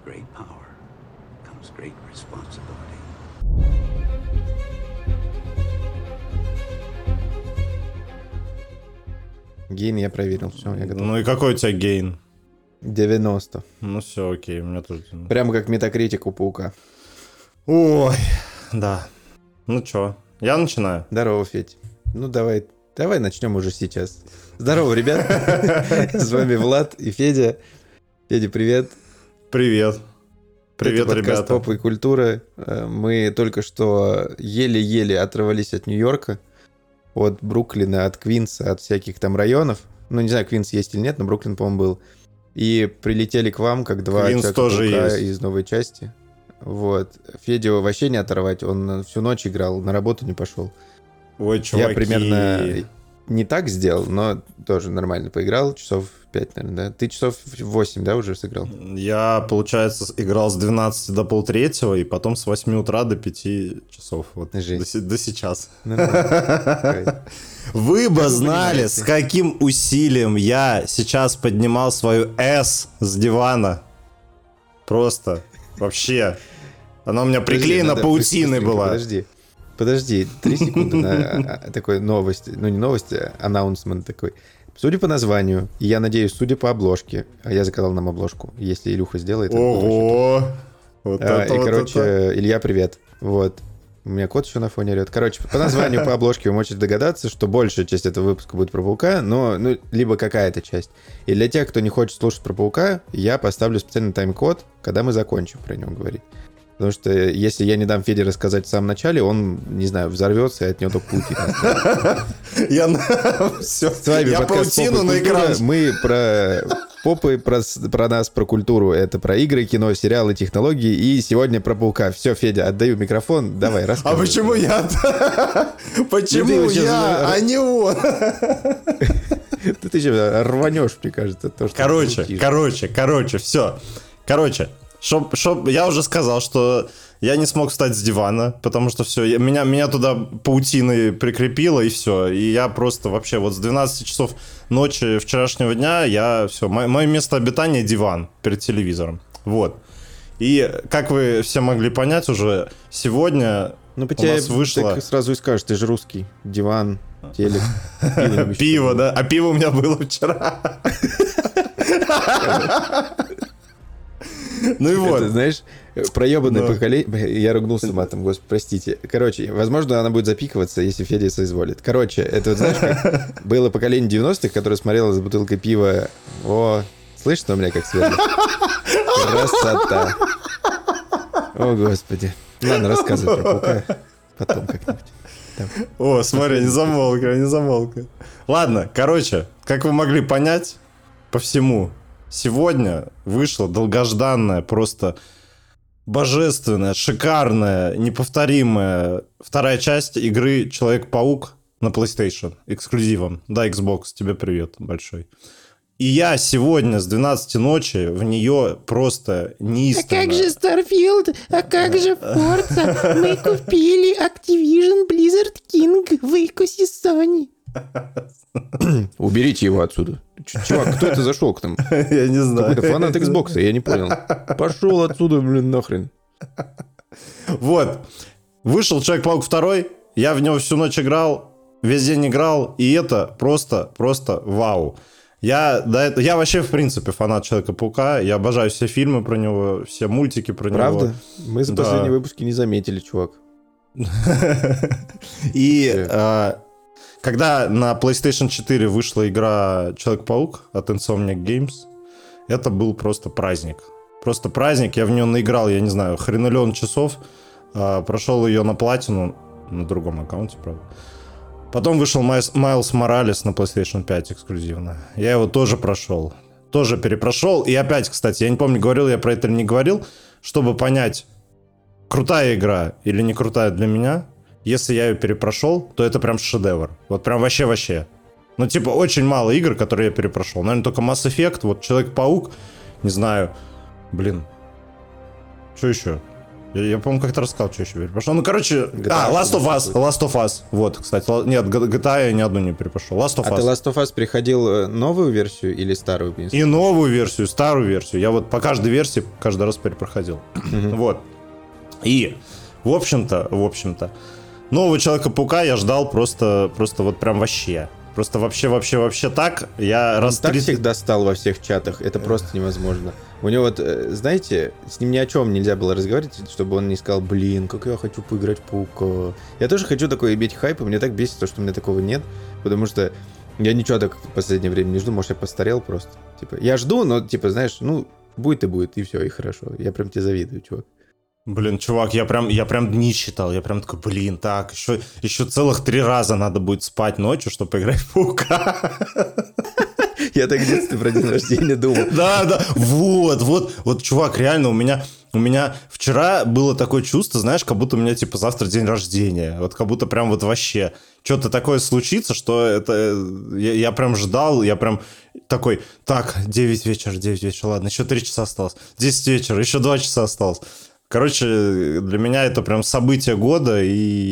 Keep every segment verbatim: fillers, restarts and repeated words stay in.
great power comes great responsibility. Гейн я проверил, все, я готов. Ну и какой у тебя гейн? девяносто. Ну все, окей, у меня тоже. Прямо как метакритик у паука. Ой, да. Ну чё, я начинаю. Здорово, Федь. Ну давай, давай начнем уже сейчас. Здорово, ребят. С вами Влад и Федя. Федя, привет. Привет. Привет, Это подкаст ребята. «Попа и культура». Мы только что еле-еле оторвались от Нью-Йорка, от Бруклина, от Квинса, от всяких там районов. Ну, не знаю, Квинс есть или нет, но Бруклин, по-моему, был. И прилетели к вам, как два Квинс тоже Человека-паука есть. из новой части. Вот. Федю вообще не оторвать, он всю ночь играл, на работу не пошел. Ой, чуваки. Я примерно не так сделал, но тоже нормально поиграл, часов пять, наверное, да? Ты часов восемь, да, уже сыграл? Я, получается, играл с двенадцати до полтретьего, и потом с восьми утра до пяти часов. Вот до, Жесть. се- до сейчас. Нормально. Вы бы Как вы знали, понимаете. с каким усилием я сейчас поднимал свою S с дивана. Просто. Вообще. Она у меня Подожди, приклеена надо паутиной быстренько, была. Подожди, подожди, три секунды на а, такой новости. Ну, не новости, а аннаунсмент такой. Судя по названию, и я надеюсь, судя по обложке, а я заказал нам обложку, если Илюха сделает. это будет очень Ого. Вот круто. А, это и, вот короче, это. Илья, привет. Вот. У меня кот еще на фоне орет. Короче, по названию, по обложке вы можете догадаться, что большая часть этого выпуска будет про паука, но ну, либо какая-то часть. И для тех, кто не хочет слушать про паука, я поставлю специальный тайм-код, когда мы закончим про него говорить. Потому что если я не дам Феде рассказать в самом начале, он, не знаю, взорвется, и от него только паутина останется. Я все. С вами Я подкаст «Попа и паутину на культура». экран. Мы про попы, про, с- про нас, про культуру. Это про игры, кино, сериалы, технологии. И сегодня про паука. Все, Федя, отдаю микрофон. Давай, А рассказывай. почему я? Почему Ну, ты сейчас я, за- а не он? Да ты что, рванешь, мне кажется. То, что Короче, крутишь. короче, короче, все. Короче, чтоб, чтоб, я уже сказал, что я не смог встать с дивана, потому что все, меня, меня туда паутиной прикрепило, и все. И я просто вообще вот с двенадцати часов ночи вчерашнего дня, я все, мое, мое место обитания — диван перед телевизором. Вот. И, как вы все могли понять уже, сегодня Ну, по у тебе нас вышло... так сразу и скажешь, ты же русский. Диван, телек. пиво еще Пиво, было. да? А пиво у меня было вчера. Ну и Это, вот. знаешь, проебанное Да. поколение... Я ругнулся матом, господи, простите. Короче, возможно, она будет запикиваться, если Федя соизволит. Короче, это вот, знаешь, как было поколение девяностых, которое смотрело за бутылкой пива. О, слышно у меня как светло? Красота. О, господи. Ладно, рассказывай про паука. Потом как-нибудь. Там. О, смотри, не замолк, не замолк. Ладно, короче, как вы могли понять, по всему, сегодня вышла долгожданная, просто божественная, шикарная, неповторимая вторая часть игры Человек-паук на PlayStation эксклюзивом. Да, Xbox, тебе привет большой. И я сегодня с двенадцати ночи в нее просто неистовно... А как же Starfield? А как же Forza? Мы купили Activision Blizzard King в выкусе Sony. Уберите его отсюда. Ч- Чувак, кто это зашел к нам? Я не знаю. Какой-то фанат Xbox, я не понял. Пошел отсюда, блин, нахрен. Вот. Вышел Человек-паук два, я в него всю ночь играл, весь день играл, и это просто, просто вау. Я, до этого, я вообще, в принципе, фанат Человека-паука, я обожаю все фильмы про него, все мультики про Правда? него. Мы за Да. последние выпуски не заметили, чувак. И э, когда на PlayStation четыре вышла игра Человек-паук от Insomniac Games, это был просто праздник. Просто праздник, я в нее наиграл, я не знаю, хренолеон часов, э, прошел ее на платину, на другом аккаунте, правда. Потом вышел Майлз, Майлз Моралес на PlayStation пять эксклюзивно. Я его тоже прошел. Тоже перепрошел. И опять, кстати, я не помню, говорил я про это или не говорил, чтобы понять, крутая игра или не крутая для меня, если я ее перепрошел, то это прям шедевр. Вот прям вообще-вообще. Ну, типа, очень мало игр, которые я перепрошел. Наверное, только Mass Effect, вот Человек-паук, не знаю. Блин. Что еще? Я, я по-моему, как-то рассказал, что еще перепрошел. Ну, короче... джи ти эй А, Last of Us. Last of Us. Вот, кстати. Ла- Нет, джи ти эй я ни одну не перепрошел. Last of А Us. ты Last of Us приходил э, новую версию или старую? И новую версию, старую версию. Я вот по каждой версии каждый раз перепроходил. Вот. И, в общем-то, в общем-то, нового Человека-паука я ждал просто, просто вот прям вообще. Просто вообще, вообще, вообще так. Я Он раз так тридцать- всех достал во всех чатах, это просто невозможно. У него вот, э, знаете, с ним ни о чем нельзя было разговаривать, чтобы он не сказал, блин, как я хочу поиграть в Паука. Я тоже хочу такой иметь хайп, и мне так бесит то, что у меня такого нет, потому что я ничего так в последнее время не жду, может, я постарел просто. Типа, я жду, но, типа, знаешь, ну, будет и будет, и все, и хорошо. Я прям тебе завидую, чувак. Блин, чувак, я прям, я прям дни считал. Я прям такой, блин, так, еще, еще целых три раза надо будет спать ночью, чтобы поиграть в Паука. Я так в детстве про день рождения думал. Да, да, вот, вот, вот, чувак, реально, у меня, у меня вчера было такое чувство, знаешь, как будто у меня, типа, завтра день рождения, вот как будто прям вот вообще что-то такое случится, что это, я, я прям ждал, я прям такой, так, девять вечера, девять вечера, ладно, еще три часа осталось, десять вечера, еще два часа осталось. Короче, для меня это прям событие года, и,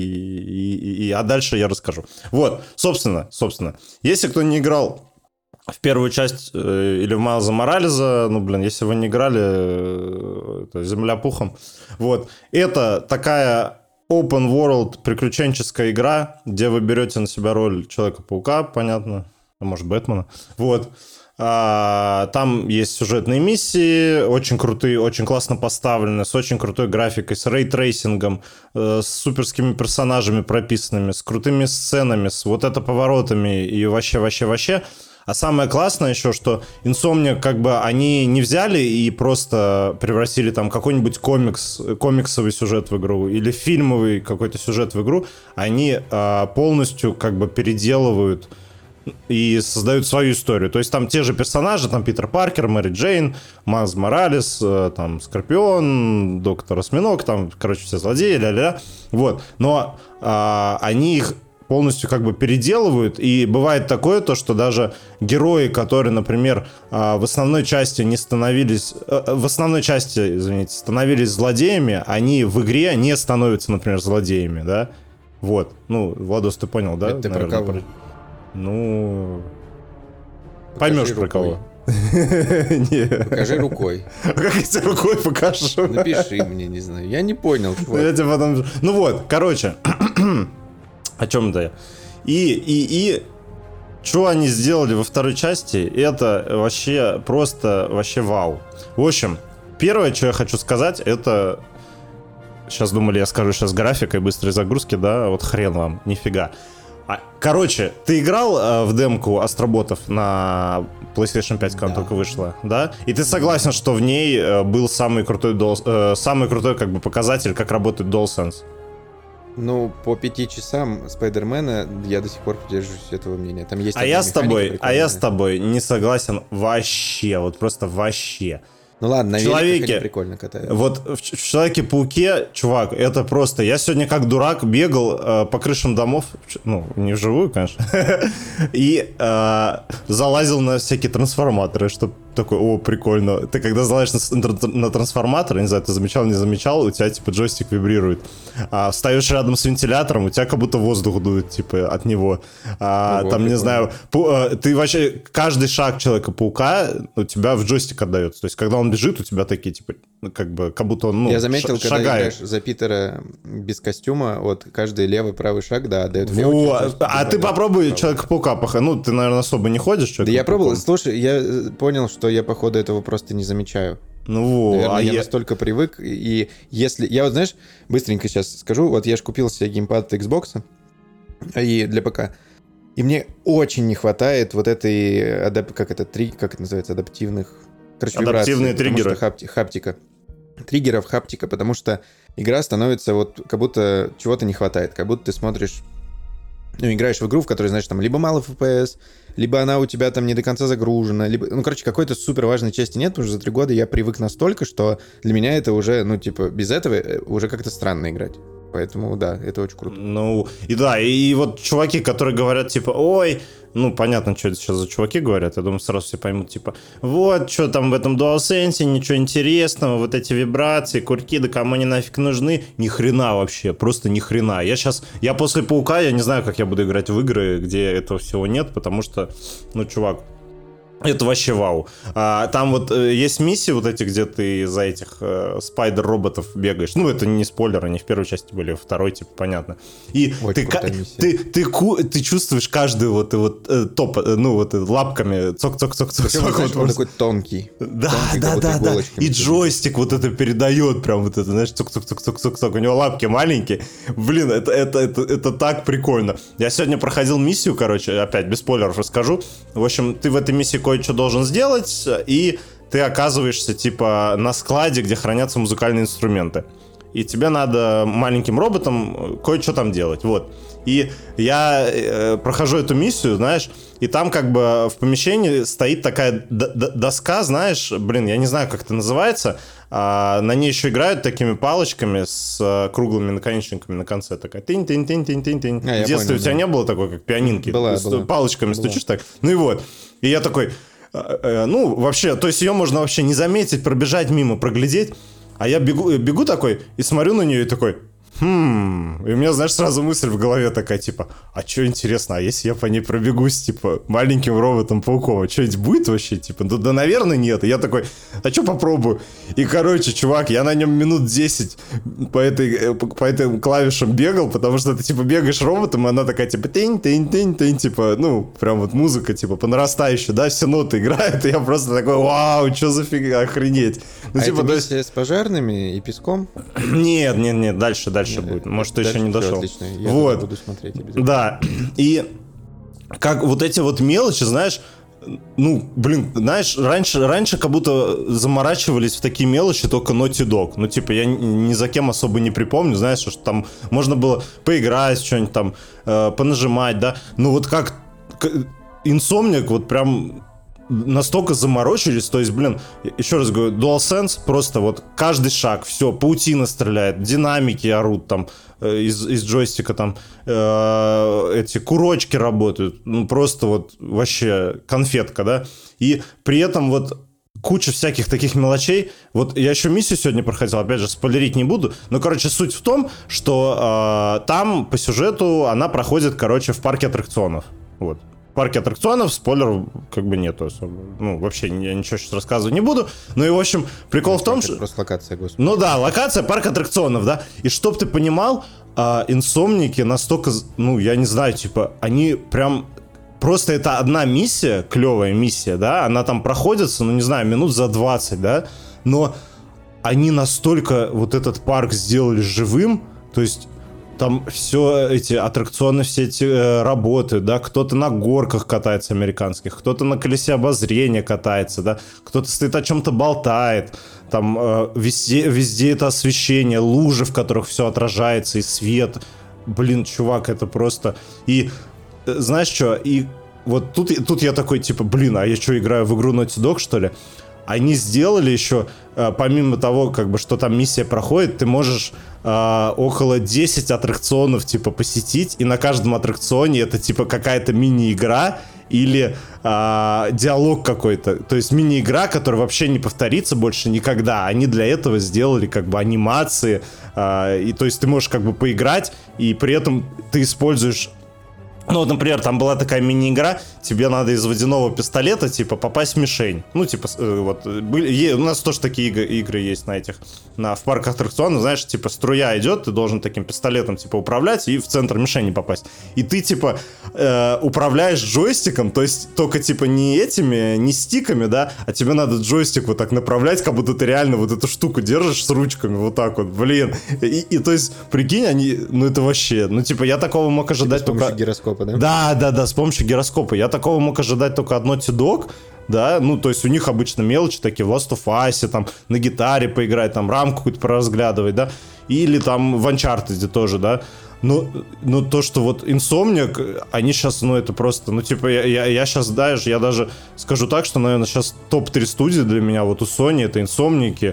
и, и, а дальше я расскажу. Вот, собственно, собственно, если кто не играл в первую часть э, или в Майлза Моралеса, ну, блин, если вы не играли, э, это земля пухом. Вот, это такая open world приключенческая игра, где вы берете на себя роль Человека-паука, понятно, а может, Бэтмена, вот. А, там есть сюжетные миссии, очень крутые, очень классно поставлены, с очень крутой графикой, с рейтрейсингом, э, с суперскими персонажами прописанными, с крутыми сценами, с вот это поворотами и вообще-вообще-вообще. А самое классное еще, что Insomniac, как бы, они не взяли и просто превратили там какой-нибудь комикс, комиксовый сюжет в игру или фильмовый какой-то сюжет в игру, они э, полностью, как бы, переделывают и создают свою историю. То есть там те же персонажи, там Питер Паркер, Мэри Джейн, Майлз Моралес, там Скорпион, Доктор Осьминог, там, короче, все злодеи, ля-ля-ля. Вот. Но а, они их полностью как бы переделывают, и бывает такое то, что даже герои, которые, например, в основной части не становились, в основной части, извините, становились злодеями, они в игре не становятся, например, злодеями, да? Вот. Ну, Владос, ты понял, да? Это ты про Наверное, кого? про- Ну... Покажи Поймешь про рукой. кого. Не. Покажи рукой. А как я тебе рукой покажу? Напиши мне, не знаю. Я не понял, Ну, чувак. я тебе потом... Ну вот, короче. О чем это я? И, и, и... Что они сделали во второй части, это вообще просто, вообще вау. В общем, первое, что я хочу сказать, это... Сейчас думали, я скажу сейчас графикой быстрой загрузки, да? Вот хрен вам, нифига. А, короче, ты играл э, в демку Астроботов на PlayStation пять, когда Да. только вышла, да? И ты согласен, что в ней э, был самый крутой, дол- э, самый крутой как бы показатель, как работает DualSense? Ну, по пяти часам Спайдермена я до сих пор придерживаюсь этого мнения. Там есть А одна я с механика тобой, а я с прикольная. тобой не согласен вообще, вот просто вообще. Ну ладно, на в великах человеке- они прикольно катают. Вот в, Ч- в Человеке-пауке, чувак, это просто... Я сегодня как дурак бегал э, по крышам домов, ч- ну, не вживую, конечно, и э, залазил на всякие трансформаторы, что такой, о, прикольно. Ты когда залазишь на, с- на, на трансформатор, не знаю, ты замечал, не замечал, у тебя, типа, джойстик вибрирует. А встаешь рядом с вентилятором, у тебя как будто воздух дует, типа, от него. А, Ого, там, не прикольно. знаю, пу- э, ты вообще... Каждый шаг Человека-паука у тебя в джойстик отдается. То есть, когда он бежит, у тебя такие, типа, ну, как бы, как будто он, ну, Я заметил, ш- когда шагает. играешь за Питера без костюма, вот каждый левый, правый шаг, да, отдает влево. Во, чуть-чуть, а ты правый, попробуй правый. Человека-паука походить. Ну, ты, наверное, особо не ходишь. Да я пробовал. Человека-пауком. Слушай, я э, понял, что я, походу, этого просто не замечаю. Ну, во, Наверное, а я, я... настолько привык, и если... Я вот, знаешь, быстренько сейчас скажу, вот я ж купил себе геймпад от Xbox и для ПК, и мне очень не хватает вот этой, адап... как это, три... как это называется, адаптивных... Короче, Адаптивные вибраций, потому триггеры. что хапти- хаптика. Триггеров, хаптика, потому что игра становится вот, как будто чего-то не хватает, как будто ты смотришь, ну, играешь в игру, в которой, знаешь, там либо мало эф пи эс, либо она у тебя там не до конца загружена, либо, ну, короче, какой-то супер важной части нет, потому что за три года я привык настолько, что для меня это уже, ну, типа, без этого э, уже как-то странно играть. Поэтому, да, это очень круто. Ну, и да, и, и вот чуваки, которые говорят, типа, ой, ну, понятно, что это сейчас за чуваки говорят, я думаю, сразу все поймут, типа, вот, что там в этом DualSense, ничего интересного, вот эти вибрации, курки, да кому они нафиг нужны, ни хрена вообще, просто ни хрена. Я сейчас, я после Паука, я не знаю, как я буду играть в игры, где этого всего нет, потому что, ну, чувак, это вообще вау. А, там вот э, есть миссии вот эти, где ты за этих э, спайдер-роботов бегаешь. Ну, это не спойлер, они в первой части были, во второй, типа, понятно. И ты, ка- ты, ты, ты, ты чувствуешь каждую вот, вот э, топ, э, ну, вот э, лапками цок-цок-цок-цок. Вот он такой тонкий. Да, тонкий, да, да, да. И иголочками. джойстик вот это передает прям вот это, знаешь, цок-цок-цок-цок-цок. У него лапки маленькие. Блин, это, это, это, это так прикольно. Я сегодня проходил миссию, короче, опять без спойлеров расскажу. В общем, ты в этой миссии кое-что должен сделать, и ты оказываешься, типа, на складе, где хранятся музыкальные инструменты. И тебе надо маленьким роботом кое-что там делать, вот. И я э, прохожу эту миссию, знаешь, и там как бы в помещении стоит такая д- д- доска, знаешь, блин, я не знаю, как это называется, а на ней еще играют такими палочками с э, круглыми наконечниками на конце, такая тынь-тынь-тынь-тынь-тынь-тынь. А, в детстве понял, у тебя да. не было такой, как пианинки? Была, С была. палочками Была. стучишь так? Ну и вот. И я такой, э, э, ну, вообще, то есть ее можно вообще не заметить, пробежать мимо, проглядеть. А я бегу, бегу такой и смотрю на нее и такой, хм... И у меня, знаешь, сразу мысль в голове такая, типа, а что интересно, а если я по ней пробегусь, типа, маленьким роботом-пауком, а что-нибудь будет вообще, типа? Да, да, наверное, нет. И я такой, а что попробую? И, короче, чувак, я на нем минут десять по, этой, по, по этим клавишам бегал, потому что ты, типа, бегаешь роботом, и она такая, типа, тынь-тынь-тынь-тынь, типа, ну, прям вот музыка, типа, по нарастающей, да, все ноты играют, и я просто такой, вау, что за фига, охренеть. Ну, а типа, это то есть... миссия с пожарными и песком? Нет, нет, нет, дальше, дальше Нет, будет. это Может, ты дальше еще не всё дошел. отлично. Я Вот. буду смотреть обязательно. Да. И как вот эти вот мелочи, знаешь, ну, блин, знаешь, раньше, раньше как будто заморачивались в такие мелочи только Naughty Dog. Ну, типа, я ни за кем особо не припомню, знаешь, что там можно было поиграть, что-нибудь там, э, понажимать, да. Ну, вот как Insomniac вот прям настолько заморочились, то есть, блин, еще раз говорю, DualSense просто вот каждый шаг, все, паутина стреляет, динамики орут там э, из, из джойстика, там э, эти курочки работают, ну просто вот вообще конфетка, да, и при этом вот куча всяких таких мелочей. Вот я еще миссию сегодня проходил, опять же, спойлерить не буду. Но, короче, суть в том, что э, там по сюжету она проходит, короче, в парке аттракционов. Вот. В парке аттракционов спойлеров как бы нету особо. Ну, вообще, я ничего сейчас рассказывать не буду. Ну и, в общем, прикол в том, Это что... просто локация, господи. Ну да, локация, парк аттракционов, да. И чтоб ты понимал, э, инсомники настолько, ну, я не знаю, типа, они прям... Просто это одна миссия, клевая миссия, да, она там проходится, ну, не знаю, минут за двадцать, да, но они настолько вот этот парк сделали живым, то есть там все эти аттракционы, все эти э, работают, да, кто-то на горках катается американских, кто-то на колесе обозрения катается, да, кто-то стоит о чем-то болтает, там э, везде, везде это освещение, лужи, в которых все отражается, и свет, блин, чувак, это просто, и знаешь что, и вот тут, тут я такой, типа, блин, а я что, играю в игру Naughty Dog, что ли? Они сделали еще, помимо того, как бы, что там миссия проходит, ты можешь э, около десять аттракционов, типа, посетить, и на каждом аттракционе это, типа, какая-то мини-игра или э, диалог какой-то. То есть мини-игра, которая вообще не повторится больше никогда. Они для этого сделали, как бы, анимации, э, и то есть ты можешь, как бы, поиграть, и при этом ты используешь... Ну, вот, например, там была такая мини-игра, тебе надо из водяного пистолета, типа, попасть в мишень. Ну, типа, вот, были, е, у нас тоже такие игры, игры есть на этих, на, в парках аттракционов, знаешь, типа, струя идет, ты должен таким пистолетом, типа, управлять и в центр мишени попасть. И ты, типа, э, управляешь джойстиком, то есть только, типа, не этими, не стиками, да, а тебе надо джойстик вот так направлять, как будто ты реально вот эту штуку держишь с ручками, вот так вот, блин. И, и то есть, прикинь, они, ну, это вообще, ну, типа, я такого мог ожидать типа, с только... гироскопа. Да? Да, да, да, с помощью гироскопа. Я такого мог ожидать только от Naughty Dog, да, ну, то есть у них обычно мелочи такие, в Last of Us, там, на гитаре поиграть, там, рамку какую-то поразглядывать, да, или там в Uncharted тоже, да, но, но то, что вот Insomniac, они сейчас, ну, это просто, ну, типа, я, я, я сейчас, даже, я даже скажу так, что, наверное, сейчас топ три студии для меня, вот у Sony это Insomniac,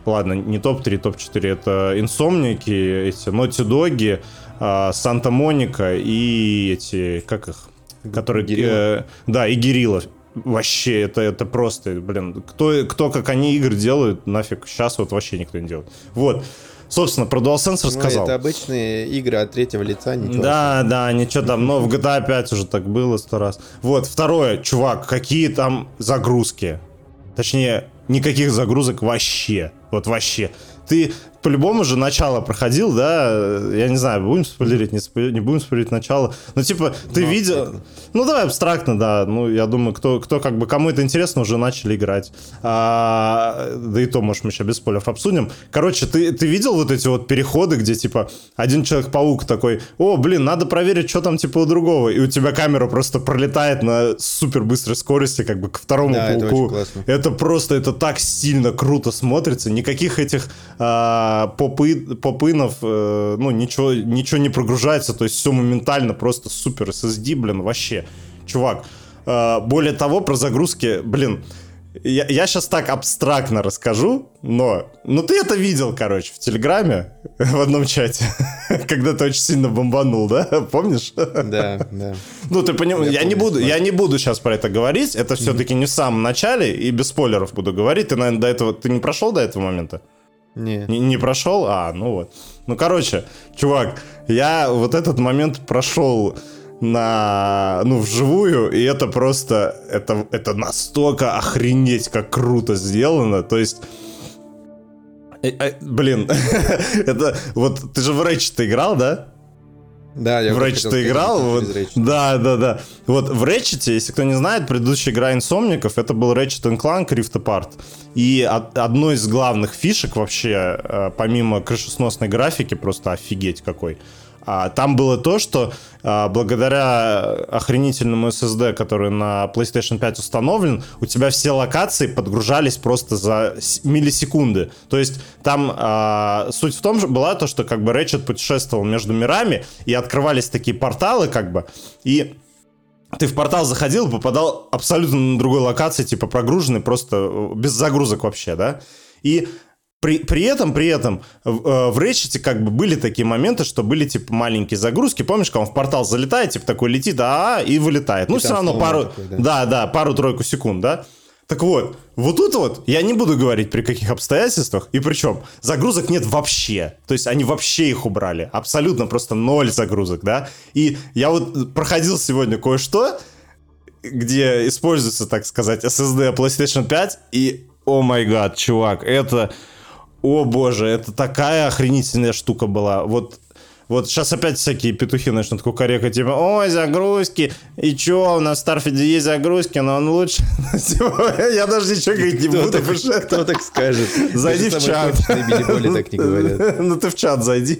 ладно, не топ-три, топ-четыре, это Инсомники, эти Naughty Dog, Санта-Моника и эти, как их, которые... Э, да, и Guerrilla. Вообще, это, это просто, блин, кто, кто как они игры делают, нафиг, сейчас вот вообще никто не делает. Вот. Собственно, про DualSense рассказал. Ну, это обычные игры от третьего лица, ничего. Да, да, ничего там, но в джи ти эй пять уже так было сто раз. Вот, второе, чувак, какие там загрузки. Точнее, никаких загрузок вообще. Вот вообще. Ты по-любому же начало проходил, да? Я не знаю, будем спойлерить, не, спойлерить, не будем спойлерить начало. Ну, типа, ты ну, видел... Абстрактно. Ну, давай абстрактно, да. Ну, я думаю, кто, кто как бы, кому это интересно, уже начали играть. А, да и то, может, мы сейчас без спойлеров обсудим. Короче, ты, ты видел вот эти вот переходы, где, типа, один Человек-паук такой, о, блин, надо проверить, что там, типа, у другого. И у тебя камера просто пролетает на супер быстрой скорости, как бы, к второму да, пауку. Это очень классно. Это просто, это так сильно круто смотрится. Никаких этих... А, попы, попынов, э, ну, ничего, ничего не прогружается, то есть все моментально, просто супер эс эс ди, блин, вообще, чувак. Э, более того, про загрузки, блин, я, я сейчас так абстрактно расскажу, но, ну, ты это видел, короче, в Телеграме, в одном чате, когда ты очень сильно бомбанул, да, помнишь? Да, да. Ну, ты понимаешь, я, я, не буду, я не буду сейчас про это говорить, это все-таки не в самом начале, и без спойлеров буду говорить, ты, наверное, до этого, ты не прошел до этого момента? Не. не. Не прошел? А, ну вот. Ну, короче, чувак, я вот этот момент прошел на, ну, вживую, и это просто, это, это настолько охренеть, как круто сделано, то есть... Э, э, блин, это, вот, ты же в Ratchet играл, да? Да, я в Ratchet играл, вот, да, да, да. Вот в Ratchet, если кто не знает, предыдущая игра Инсомников, это был Ratchet энд Clank Rift Apart. И от, одной из главных фишек вообще, помимо крышесносной графики, просто офигеть какой, там было то, что благодаря охренительному эс эс ди, который на PlayStation пять установлен, у тебя все локации подгружались просто за миллисекунды. То есть там а, суть в том же была то, что как бы Ratchet путешествовал между мирами, и открывались такие порталы как бы, и ты в портал заходил и попадал абсолютно на другой локации, типа прогруженный, просто без загрузок вообще, да? И При, при этом, при этом в, в Ratchet как бы были такие моменты, что были типа маленькие загрузки. Помнишь, когда он в портал залетает, типа такой летит, а, и вылетает. Ну, и все равно пару, такой, да. да, да, пару-тройку секунд, да. Так вот, вот тут вот я не буду говорить при каких обстоятельствах, и причем загрузок нет вообще. То есть они вообще их убрали. Абсолютно просто ноль загрузок, да. И я вот проходил сегодня кое-что, где используется, так сказать, эс эс ди PlayStation пять, и, о май гад, чувак, это... О боже, это такая охренительная штука была. Вот, вот сейчас опять всякие петухи начнут кукарекать, типа, ой, загрузки, и чё, у нас в Старфилде есть загрузки, но он лучше. Я даже ничего говорить не буду. Кто так скажет? Зайди в чат. так не говорят. Ну ты в чат зайди.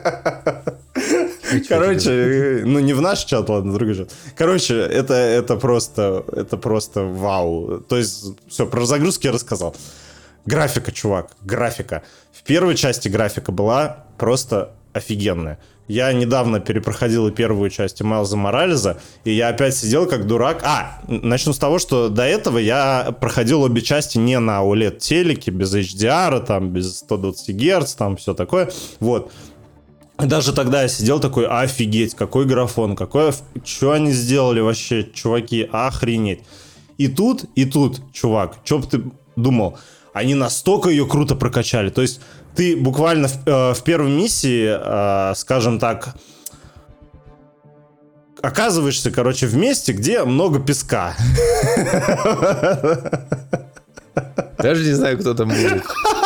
Короче, ну не в наш чат, ладно, в другой чат. Короче, это, это просто, это просто вау. То есть, все, про загрузки я рассказал. Графика, чувак, графика. В первой части графика была просто офигенная. Я недавно перепроходил и первую часть Майлза Моралеса, и я опять сидел как дурак. А, начну с того, что до этого я проходил обе части не на о лед телеке, без эйч ди ар, там, без сто двадцать герц, там, все такое. Вот. И даже тогда я сидел такой, офигеть, какой графон, какой... Что они сделали вообще, чуваки, охренеть. И тут, и тут, чувак, что бы ты думал... Они настолько ее круто прокачали. То есть ты буквально в, э, в первой миссии, э, скажем так, оказываешься, короче, в месте, где много песка. Даже не знаю, кто там будет.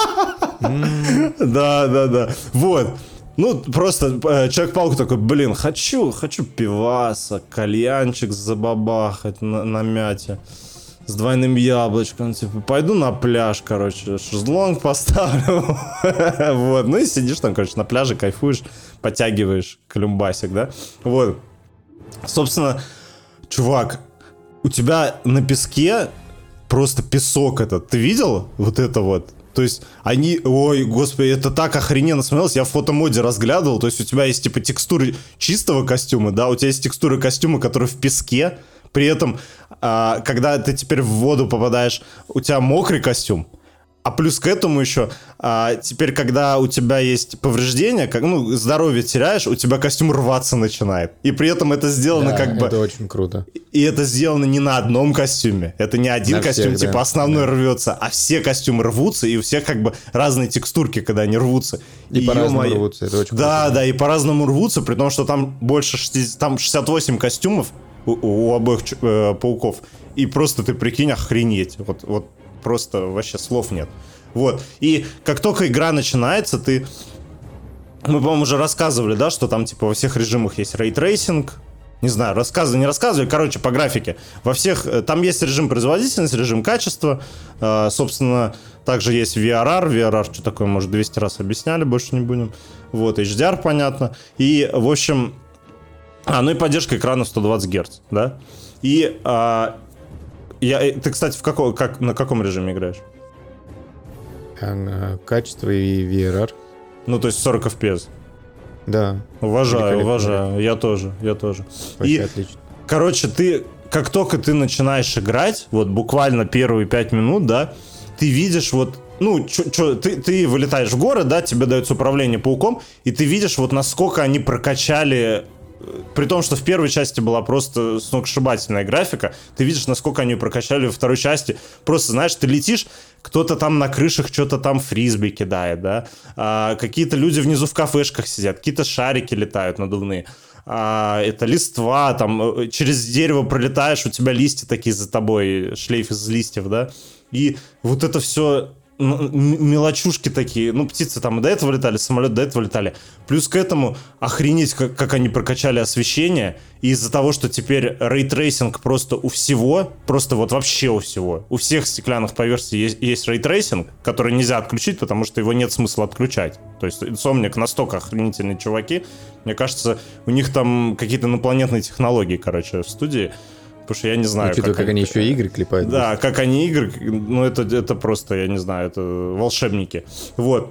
Да, да, да. Вот. Ну, просто э, Человек-паук такой, блин, хочу, хочу пиваса, кальянчик забабахать на, на мяте. С двойным яблочком, типа, пойду на пляж, короче, шезлонг поставлю, вот, ну и сидишь там, короче, на пляже, кайфуешь, подтягиваешь колюмбасик, да, вот, собственно, чувак, у тебя на песке просто песок этот, ты видел вот это вот? То есть они, ой, господи, это так охрененно смотрелось, я в фотомоде разглядывал, то есть у тебя есть типа текстуры чистого костюма, да, у тебя есть текстуры костюма, которые в песке, при этом, а, когда ты теперь в воду попадаешь, у тебя мокрый костюм, а плюс к этому еще, а, теперь, когда у тебя есть повреждения, как, ну, здоровье теряешь, у тебя костюм рваться начинает. И при этом это сделано Да, как бы... это очень круто. И это сделано не на одном костюме. Это не один На костюм, всех, типа да. основной Да. рвется, а все костюмы рвутся, и у всех как бы разные текстурки, когда они рвутся. И по-разному ё-моё. рвутся, это очень Да, круто. да, и по-разному рвутся, при том, что там больше шестьдесят, там шестьдесят восемь костюмов у, у обоих ч- э, пауков. И просто ты прикинь, охренеть. Вот, вот просто вообще слов нет. Вот. И как только игра начинается, ты... Мы, по-моему, уже рассказывали, да, что там типа во всех режимах есть рейтрейсинг. Не знаю, рассказывали, не рассказывали. Короче, по графике. Во всех... Там есть режим производительности, режим качества. Э, собственно, также есть ви ар ар. ви ар ар, что такое, может, двести раз объясняли, больше не будем. Вот, эйч ди ар, понятно. И, в общем... А, ну и поддержка экрана сто двадцать герц, да? И... А, я, ты, кстати, в каком, как, на каком режиме играешь? А, Качество и ви ар ар. Ну, то есть сорок эф пи эс. Да, Уважаю, Великолепно. уважаю. Я тоже, я тоже. вообще И, отлично. короче, ты, как только ты начинаешь играть, вот буквально первые пять минут, да, ты видишь вот, ну, чё, чё, ты, ты вылетаешь в город, да, тебе дается управление пауком, и ты видишь вот насколько они прокачали, э, при том, что в первой части была просто сногсшибательная графика, ты видишь, насколько они ее прокачали во второй части. Просто, знаешь, ты летишь, кто-то там на крышах что-то там фрисби кидает, да, а, какие-то люди внизу в кафешках сидят, какие-то шарики летают надувные. А, это листва, там э, через дерево пролетаешь, у тебя листья такие за тобой, шлейф из листьев, да, и вот это все мелочушки такие, ну, птицы там и до этого летали, самолет до этого летали, плюс к этому охренеть, как, как они прокачали освещение, и из-за того, что теперь рейтрейсинг просто у всего, просто вот вообще у всего, у всех стеклянных поверхностей есть, есть рейтрейсинг, который нельзя отключить, потому что его нет смысла отключать, то есть Insomniac настолько охренительные чуваки, мне кажется, у них там какие-то инопланетные технологии, короче, в студии. Потому что я не знаю, Учитывая, как, они еще игры клепают. Да, как они игры, ну это, это просто, я не знаю, это волшебники. Вот.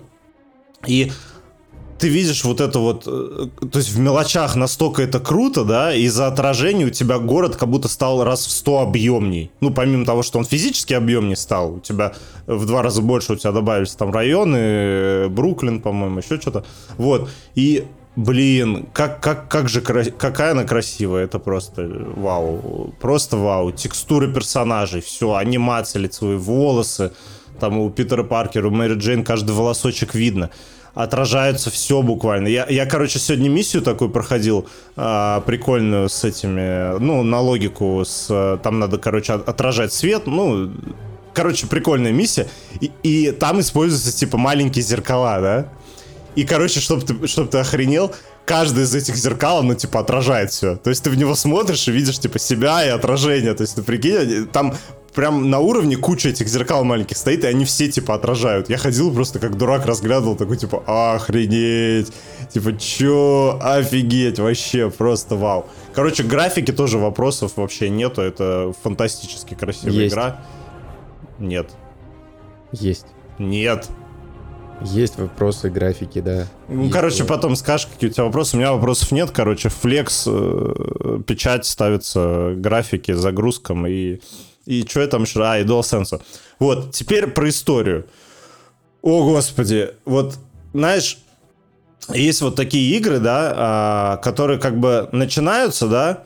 И ты видишь вот это вот, то есть в мелочах настолько это круто, да, из-за отражения у тебя город как будто стал раз в сто объемней. Ну, помимо того, что он физически объемней стал, у тебя в два раза больше у тебя добавились там районы, Бруклин, по-моему, еще что-то. Вот. И блин, как, как, как же, какая она красивая, это просто вау, просто вау, текстуры персонажей, все, анимация лицевые, волосы, там у Питера Паркера, у Мэри Джейн каждый волосочек видно, отражается все буквально. Я, я короче, сегодня миссию такую проходил, а, прикольную с этими, ну, на логику, с, там надо, короче, отражать свет, ну, короче, прикольная миссия, и, и там используются, типа, маленькие зеркала, да? И, короче, чтобы ты, чтоб ты охренел, каждый из этих зеркал, ну, типа, отражает все. То есть ты в него смотришь и видишь, типа, себя и отражение. То есть ты прикинь, там прям на уровне куча этих зеркал маленьких стоит, и они все, типа, отражают. Я ходил просто как дурак, разглядывал, такой, типа, охренеть. Типа, чё, офигеть, вообще, просто вау. Короче, графики тоже вопросов вообще нету. Это фантастически красивая Есть. игра. Нет. Есть. Нет. Есть вопросы, графики, да. Ну, Есть, короче, да. потом скажешь, какие у тебя вопросы. У меня вопросов нет. Короче, флекс, э, печать ставится, графики, загрузкам и... И что я там еще... А, и DualSense. Вот, теперь про историю. О, господи. Вот, знаешь, есть вот такие игры, да, а, которые как бы начинаются, да,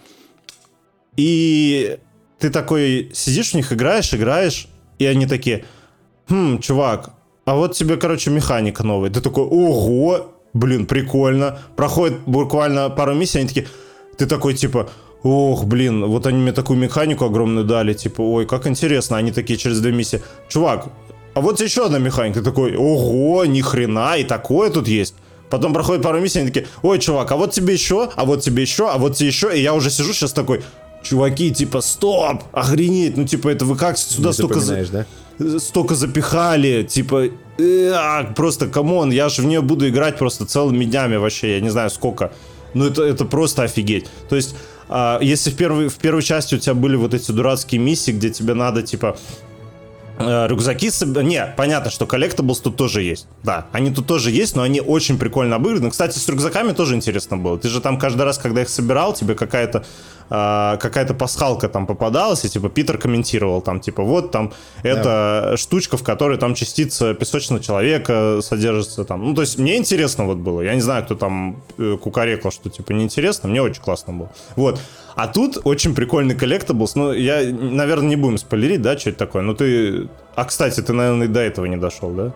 и ты такой сидишь в них, играешь, играешь, и они такие, хм, чувак, а вот тебе, короче, механика новая. Ты такой, ого, блин, прикольно. Проходит буквально пару миссий, они такие, ты такой, типа, ох, блин, вот они мне такую механику огромную дали, типа, ой, как интересно. Они такие через две миссии, чувак, а вот еще одна механика. Ты такой, ого, ни хрена, и такое тут есть. Потом проходит пару миссий, они такие, ой, чувак, а вот тебе еще, а вот тебе еще, а вот тебе еще. И я уже сижу сейчас такой, чуваки, типа, стоп, охренеть, ну, типа, это вы как сюда Не столько... запоминаешь, да? столько запихали, типа, э, просто, камон, я же в нее буду играть просто целыми днями вообще, я не знаю сколько. Ну, это, это просто офигеть. То есть, э, если в первой, в первой части у тебя были вот эти дурацкие миссии, где тебе надо, типа, Э, рюкзаки... Соб... Не, понятно, что collectibles тут тоже есть. Да, они тут тоже есть, но они очень прикольно обыграны. Кстати, с рюкзаками тоже интересно было. Ты же там каждый раз, когда их собирал, тебе какая-то э, какая-то пасхалка там попадалась, и типа Питер комментировал там, типа, вот там эта да. штучка, в которой там частица песочного человека содержится там. Ну, то есть мне интересно вот было. Я не знаю, кто там э, кукарекал, что типа неинтересно. Мне очень классно было. Вот. А тут очень прикольный коллектаблс. Ну, я, наверное, не будем спойлерить, да, что это такое. Ну, ты... А, кстати, ты, наверное, до этого не дошел, да?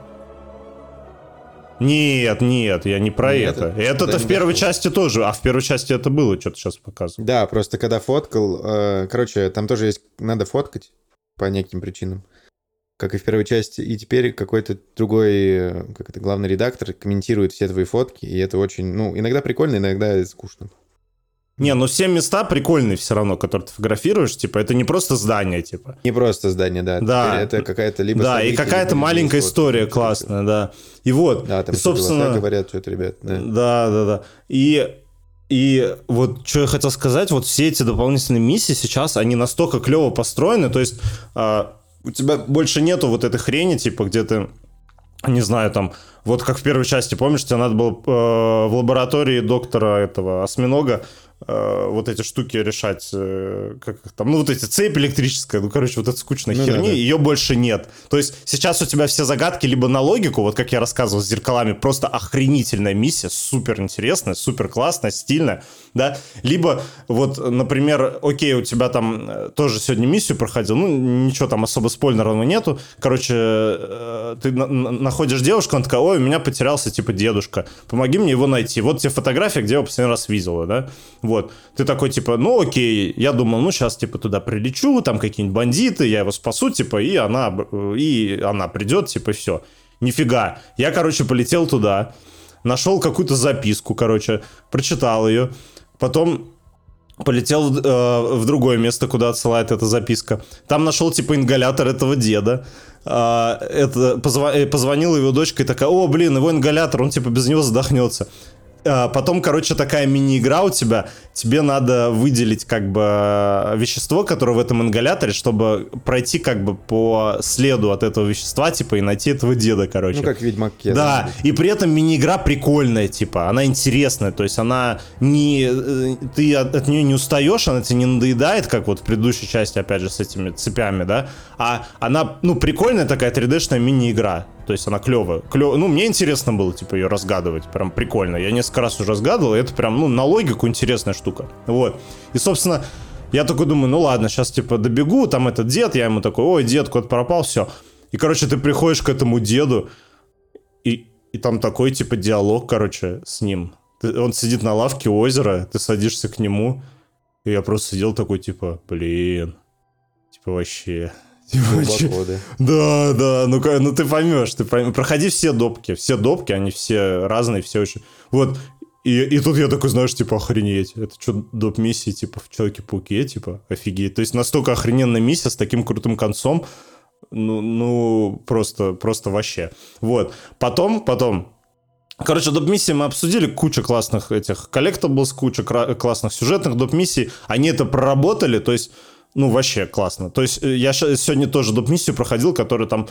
Нет, нет, я не про нет, это. Это-то в первой дошел. части тоже. А в первой части это было, что-то сейчас показываю. Да, просто когда фоткал... Э, короче, там тоже есть... Надо фоткать по неким причинам. Как и в первой части. И теперь какой-то другой, как это, главный редактор комментирует все твои фотки. И это очень... Ну, иногда прикольно, иногда скучно. Не, ну все места прикольные все равно, которые ты фотографируешь, типа, это не просто здание, типа. Не просто здание, да. Да. Это какая-то либо... Да, и какая-то маленькая история классная, да. И вот, да, там и, собственно... говорят что-то, ребят. Да, да, да. да. И... И вот что я хотел сказать, вот все эти дополнительные миссии сейчас, они настолько клево построены, то есть э, у тебя больше нету вот этой хрени, типа, где ты, не знаю, там, вот как в первой части, помнишь, тебе надо было э, в лаборатории доктора этого осьминога э, вот эти штуки решать, э, как там, ну вот эти цепь электрическая, ну короче, вот эта скучная ну, херни, да, да. ее больше нет. То есть сейчас у тебя все загадки либо на логику, вот как я рассказывал с зеркалами, просто охренительная миссия, супер интересная, супер классная, стильная, да, либо вот, например, окей, у тебя там тоже сегодня миссию проходил, ну ничего там особо спойлерного нету, короче, э, ты на- находишь девушку, она такая, ой, у меня потерялся типа дедушка, помоги мне его найти, вот тебе фотография, где я его последний раз видела, да, вот, ты такой, типа, ну окей, я думал, ну сейчас, типа, туда прилечу, там какие-нибудь бандиты, я его спасу, типа, и она, и она придет, типа, и все. Нифига. Я, короче, полетел туда, нашел какую-то записку, короче, прочитал ее, потом полетел в, э, в другое место, куда отсылает эта записка. Там нашел, типа, ингалятор этого деда. Э, это, позв... Позвонила его дочка и такая, о, блин, его ингалятор, он, типа, без него задохнется. Потом, короче, такая мини-игра у тебя. Тебе надо выделить, как бы, вещество, которое в этом ингаляторе, чтобы пройти, как бы, по следу от этого вещества, типа, и найти этого деда, короче. Ну, как в Ведьмаке. Да, и при этом мини-игра прикольная, типа, она интересная, то есть она не... Ты от, от нее не устаешь, она тебе не надоедает, как вот в предыдущей части, опять же, с этими цепями, да, а она, ну, прикольная такая три дэ-шная мини-игра. То есть она клевая. Клёв... Ну, мне интересно было, типа, ее разгадывать. Прям прикольно. Я несколько раз уже разгадывал, и это прям, ну, на логику интересная штука. Вот. И, собственно, я такой думаю, ну ладно, сейчас, типа, добегу, там этот дед, я ему такой, ой, дед, кот пропал, все. И, короче, ты приходишь к этому деду, и, и там такой, типа, диалог, короче, с ним. Ты... Он сидит на лавке у озера, ты садишься к нему, и я просто сидел такой, типа, блин, типа, вообще... Глубоко, да. Да, да, ну, ну ты поймешь, ты поймешь. Проходи все допки, все допки, они все разные, все очень... Вот, и, и тут я такой, знаешь, типа, охренеть, это что, доп-миссии, типа, в Человеке-пауке, типа, офигеть. То есть настолько охрененная миссия с таким крутым концом, ну, ну просто, просто вообще. Вот, потом, потом... Короче, доп-миссии мы обсудили, куча классных этих коллектаблс, куча кра- классных сюжетных доп-миссий, они это проработали, то есть... Ну, вообще классно. То есть я сегодня тоже доп-миссию проходил, которую там,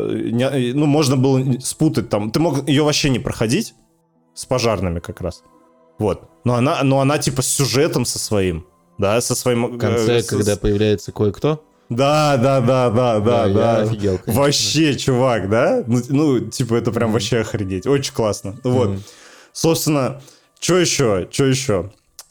ну, можно было спутать там. Ты мог ее вообще не проходить с пожарными как раз. Вот. Но она, но она типа с сюжетом со своим, да, со своим... В конце, с... когда появляется кое-кто? Да, да, да, да, да, да. Я офигел, конечно. Вообще, чувак, да? Ну, ну типа, это прям mm-hmm. вообще охренеть. Очень классно. Вот. Mm-hmm. Собственно, что еще? Что еще?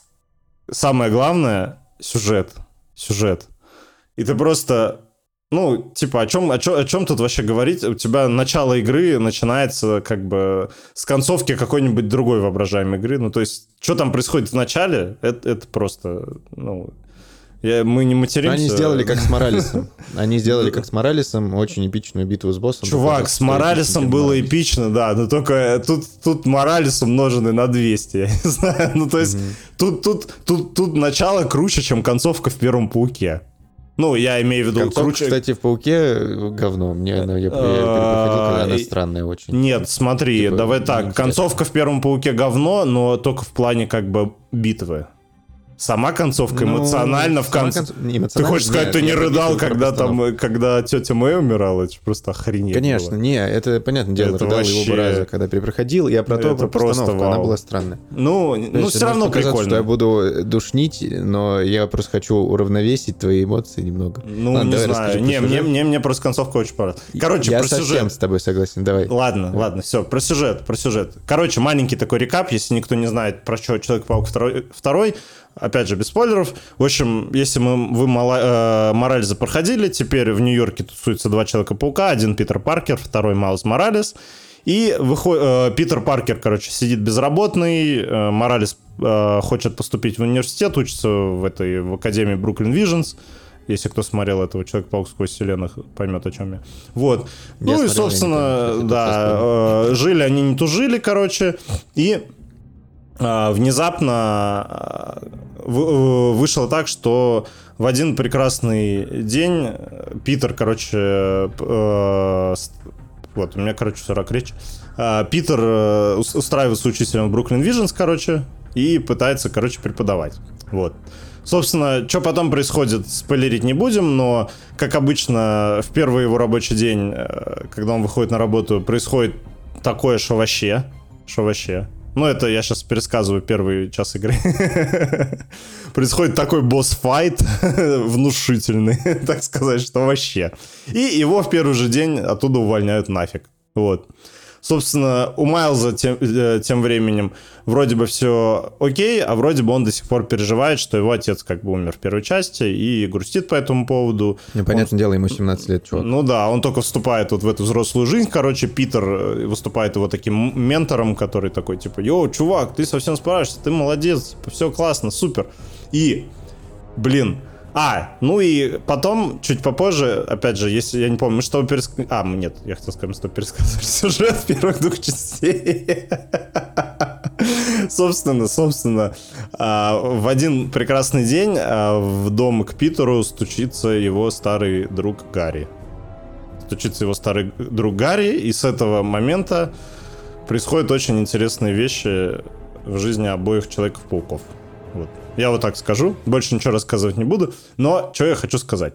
Самое главное — сюжет. Сюжет. И ты просто, ну, типа, о чем, о чем, о чем тут вообще говорить? У тебя начало игры начинается как бы с концовки какой-нибудь другой воображаемой игры. Ну, то есть, что там происходит в начале, это, это просто, ну, я, мы не материмся. Они сделали как с Моралесом. Они сделали как с Моралесом очень эпичную битву с боссом. Чувак, с Моралесом было эпично, да, но только тут, тут Моралес умноженный на двести, я не знаю. Ну, то есть, mm-hmm. тут, тут, тут, тут начало круче, чем концовка в первом Пауке. Ну, я имею в виду... Концовка, круче... кстати, в Пауке говно. Мне она, я, я перепроходил, когда она странная очень. Нет, смотри, типа, давай так. Концовка в первом Пауке говно, но только в плане как бы битвы. Сама концовка Ну, эмоционально в сама конце. концов- Ты эмоционально- хочешь сказать, нет, ты не я рыдал, пропустил когда про там, постановку. когда тетя Мэй умирала? Это ж просто охренеть Конечно, было. не, это понятное дело, Это рыдал его вообще- бы раза, когда перепроходил. Я про то, Это про просто постановку, она вау. была странная. Ну, То ну есть, все может равно показаться, прикольно. что я буду душнить, но я просто хочу уравновесить твои эмоции немного. Ну, Ладно, не давай знаю. расскажи про Не, мне, сюжет. мне, мне просто концовка очень понравилась. Короче, я про совсем сюжет. с тобой согласен, давай. Ладно, ладно, все, про сюжет, про сюжет. Короче, маленький такой рекап, если никто не знает, про что Человек-паук второй, второй, опять же, без спойлеров. В общем, если мы, вы Мала, э, Моралеса проходили, теперь в Нью-Йорке тусуются два Человека-паука, один Питер Паркер, второй Майлз Моралес. И выходит, э, Питер Паркер, короче, сидит безработный, э, Моралес э, хочет поступить в университет, учится в этой в академии Бруклин Вижнс. Если кто смотрел этого Человек-паук сквозь вселенных, поймет, о чем я. Вот. Я ну смотрел, и, я не собственно, помню, кстати, да, э, жили они не тужили, короче, и э, внезапно э, в- вышло так, что в один прекрасный день Питер, короче, э, с- вот, у меня, короче, сорок речь. Э, Питер э, ус- устраивается учителем в Бруклин Вижнс, короче, и пытается, короче, преподавать. Вот. Собственно, что потом происходит, спойлерить не будем, но, как обычно, в первый его рабочий день, э, когда он выходит на работу, происходит такое, что вообще, что вообще. Ну, это я сейчас пересказываю первый час игры. Происходит такой босс-файт внушительный, так сказать, что вообще. И его в первый же день оттуда увольняют нафиг. Вот. Собственно, у Майлза тем, э, тем временем вроде бы все окей, а вроде бы он до сих пор переживает, что его отец как бы умер в первой части и грустит по этому поводу. Ну, понятное дело, ему семнадцать лет, чувак. Ну да, он только вступает вот в эту взрослую жизнь, короче, Питер э, выступает его таким м- ментором, который такой, типа, йоу, чувак, ты совсем справишься, ты молодец, типа, все классно, супер. И, блин, а, ну и потом, чуть попозже, опять же, если я не помню, мы что пересказывали... А, нет, я хотел сказать, мы что пересказывали сюжет первых двух частей. Собственно, собственно, в один прекрасный день в дом к Питеру стучится его старый друг Гарри. Стучится его старый друг Гарри, и с этого момента происходят очень интересные вещи в жизни обоих Человеков-пауков. Вот. Я вот так скажу, больше ничего рассказывать не буду, но что я хочу сказать.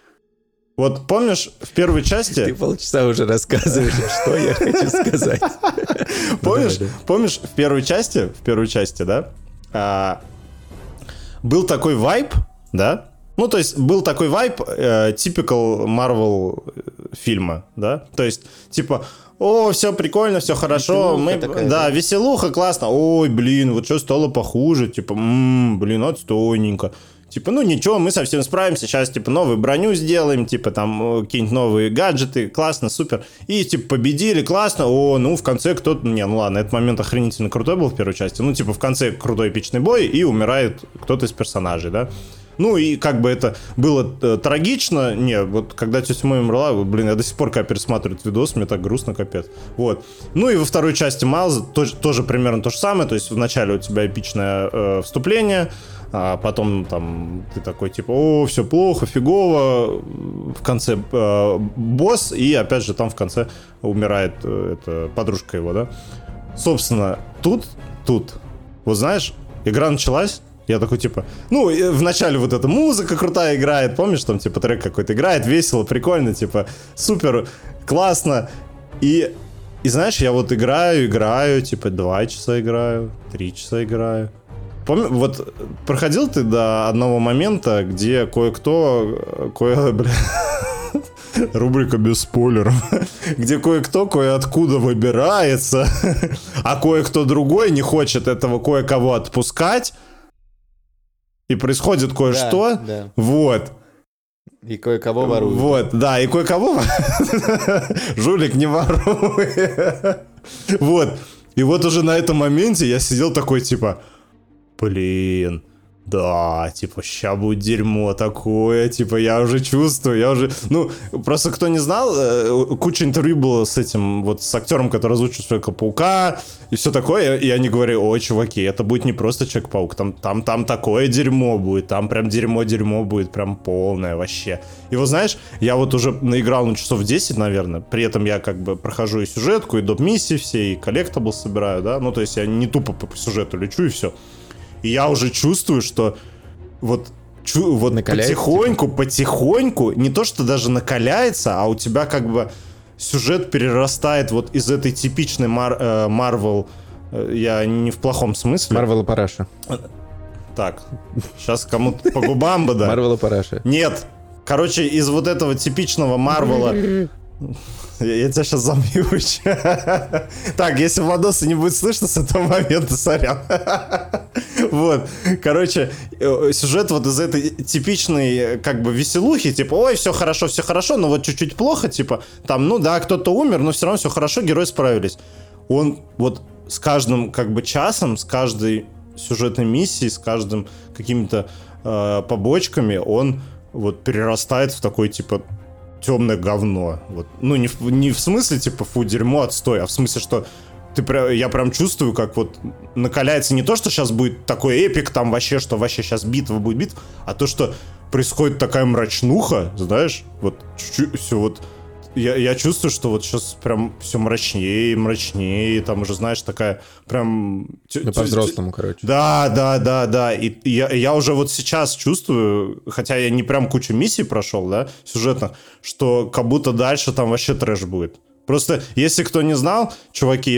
Вот помнишь, в первой части... Ты полчаса уже рассказываешь, что я хочу сказать. Помнишь, помнишь, в первой части, в первой части, да, а, был такой вайб, да, ну, то есть был такой вайб э, typical Marvel фильма, да, то есть, типа, о, все прикольно, все хорошо, мы, такая, да, да. веселуха, классно, ой, блин, вот что стало похуже, типа, м-м, блин, отстойненько. Типа, ну ничего, мы совсем справимся, сейчас, типа, новую броню сделаем, типа, там, какие-нибудь новые гаджеты, классно, супер. И, типа, победили, классно, о, ну, в конце кто-то, не, ну ладно, этот момент охренительно крутой был в первой части, ну, типа, в конце крутой эпичный бой, и умирает кто-то из персонажей, да. Ну, и как бы это было э, трагично, не, вот, когда тетя Мэй умерла, вот, блин, я до сих пор, когда пересматриваю этот видос, мне так грустно, капец. Вот. Ну, и во второй части Майлза тоже, тоже примерно то же самое, то есть вначале у тебя эпичное э, вступление, а потом там ты такой типа, о, все плохо, фигово, в конце э, босс, и опять же там в конце умирает э, эта подружка его, да. Собственно, тут, тут, вот знаешь, игра началась, я такой типа, ну, вначале вот эта музыка крутая играет, помнишь, там типа трек какой-то играет, весело, прикольно, типа, супер, классно, и, и знаешь, я вот играю, играю, типа, два часа играю, три часа играю. Помни, вот проходил ты до одного момента, где кое-кто, кое, бля, рубрика без спойлеров, где кое-кто кое-откуда выбирается, а кое-кто другой не хочет этого кое-кого отпускать, и происходит кое-что, Да, да. вот. И кое-кого воруют. Вот, да, и кое-кого жулик не воруй. Вот. И вот уже на этом моменте я сидел такой, типа, блин, да, типа, ща будет дерьмо такое, типа, я уже чувствую, я уже, ну, просто кто не знал, куча интервью было с этим, вот, с актером, который озвучил Человека-паука, и все такое, и они говорили, ой, чуваки, это будет не просто Человек-паук, там, там, там такое дерьмо будет, там прям дерьмо-дерьмо будет, прям полное вообще. И вот, знаешь, я вот уже наиграл, ну, часов десять, наверное, при этом я как бы прохожу и сюжетку, и доп-миссии все, и коллектабл собираю, да, ну, то есть я не тупо по сюжету лечу, и все. И я уже чувствую, что вот, чу, вот Накаляется, потихоньку, потихоньку, не то, что даже накаляется, а у тебя как бы сюжет перерастает вот из этой типичной Мар, э, Marvel, э, я не в плохом смысле. Марвел и Параша. Так, сейчас кому-то по губам бы, да. Марвел и Параша. Нет, короче, из вот этого типичного Марвела... Я, я тебя сейчас замьючу. Так, если Владоса не будет слышно с этого момента, сорян. Вот, короче, сюжет вот из этой типичной, как бы, веселухи, типа, ой, все хорошо, все хорошо, но вот чуть-чуть плохо, типа, там, ну да, кто-то умер, но все равно все хорошо, герои справились. Он вот с каждым, как бы, часом, с каждой сюжетной миссией, с каждым какими-то э, побочками, он вот перерастает в такой, типа, темное говно. Вот. Ну, не в, не в смысле, типа, фу, дерьмо, отстой, а в смысле, что ты прям, я прям чувствую, как вот накаляется не то, что сейчас будет такой эпик, там вообще, что вообще сейчас битва будет битва, а то, что происходит такая мрачнуха, знаешь, вот чуть-чуть все вот. Я, я чувствую, что вот сейчас прям все мрачнее, мрачнее, там уже, знаешь, такая прям... Ну, по-взрослому, короче. Да, да, да, да. И я, я уже вот сейчас чувствую, хотя я не прям кучу миссий прошел, да, сюжетных, что как будто дальше там вообще трэш будет. Просто, если кто не знал, чуваки,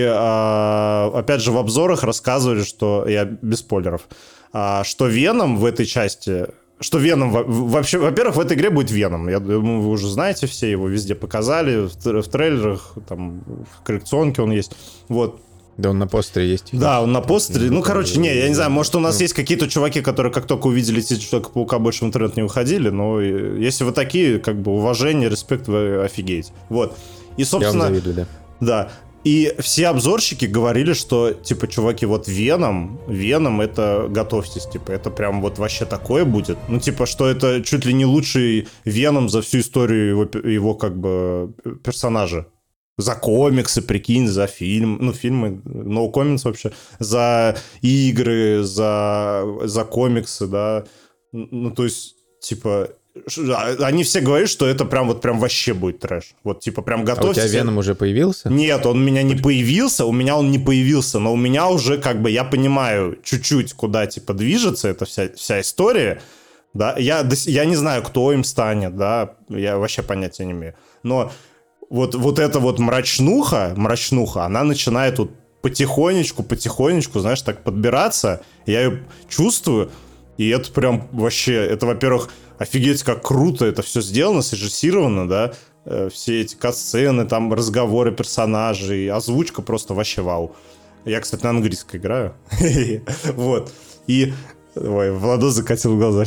а, опять же, в обзорах рассказывали, что... Я без спойлеров. А, что Веном в этой части... Что Веном, вообще, во-первых, в этой игре будет Веном. Я думаю, вы уже знаете все, его везде показали, в, в трейлерах, там, в коллекционке он есть. Вот. Да, он на постере есть. Да, он на постере. Ну, короче, не, я не знаю, может, у нас есть какие-то чуваки, которые как только увидели Человека-паука, больше в интернет не выходили, но если вы такие, как бы, уважение, респект, вы офигеете. Вот. И, собственно... Я вам завидую, да. Да. И все обзорщики говорили, что, типа, чуваки, вот Веном, Веном, это, готовьтесь, типа, это прям вот вообще такое будет. Ну, типа, что это чуть ли не лучший Веном за всю историю его, его как бы, персонажа. За комиксы, прикинь, за фильм, ну, фильмы, no comments вообще, за игры, за, за комиксы, да. Ну, то есть, типа... Они все говорят, что это прям вот прям вообще будет трэш. Вот типа прям готовься. А у тебя Веном уже появился? Нет, он у меня не появился, у меня он не появился, но у меня уже как бы я понимаю чуть-чуть, куда типа движется эта вся, вся история. Да, я, я не знаю, кто им станет, да, я вообще понятия не имею. Но вот, вот эта вот мрачнуха, мрачнуха, она начинает вот потихонечку, потихонечку, знаешь, так подбираться. Я ее чувствую, и это прям вообще, это, во-первых, офигеть, как круто это все сделано, срежиссировано, да, э, все эти кат-сцены, там разговоры персонажей, озвучка просто вообще вау. Я, кстати, на английской играю. Вот. И... Ой, Владос закатил глаза.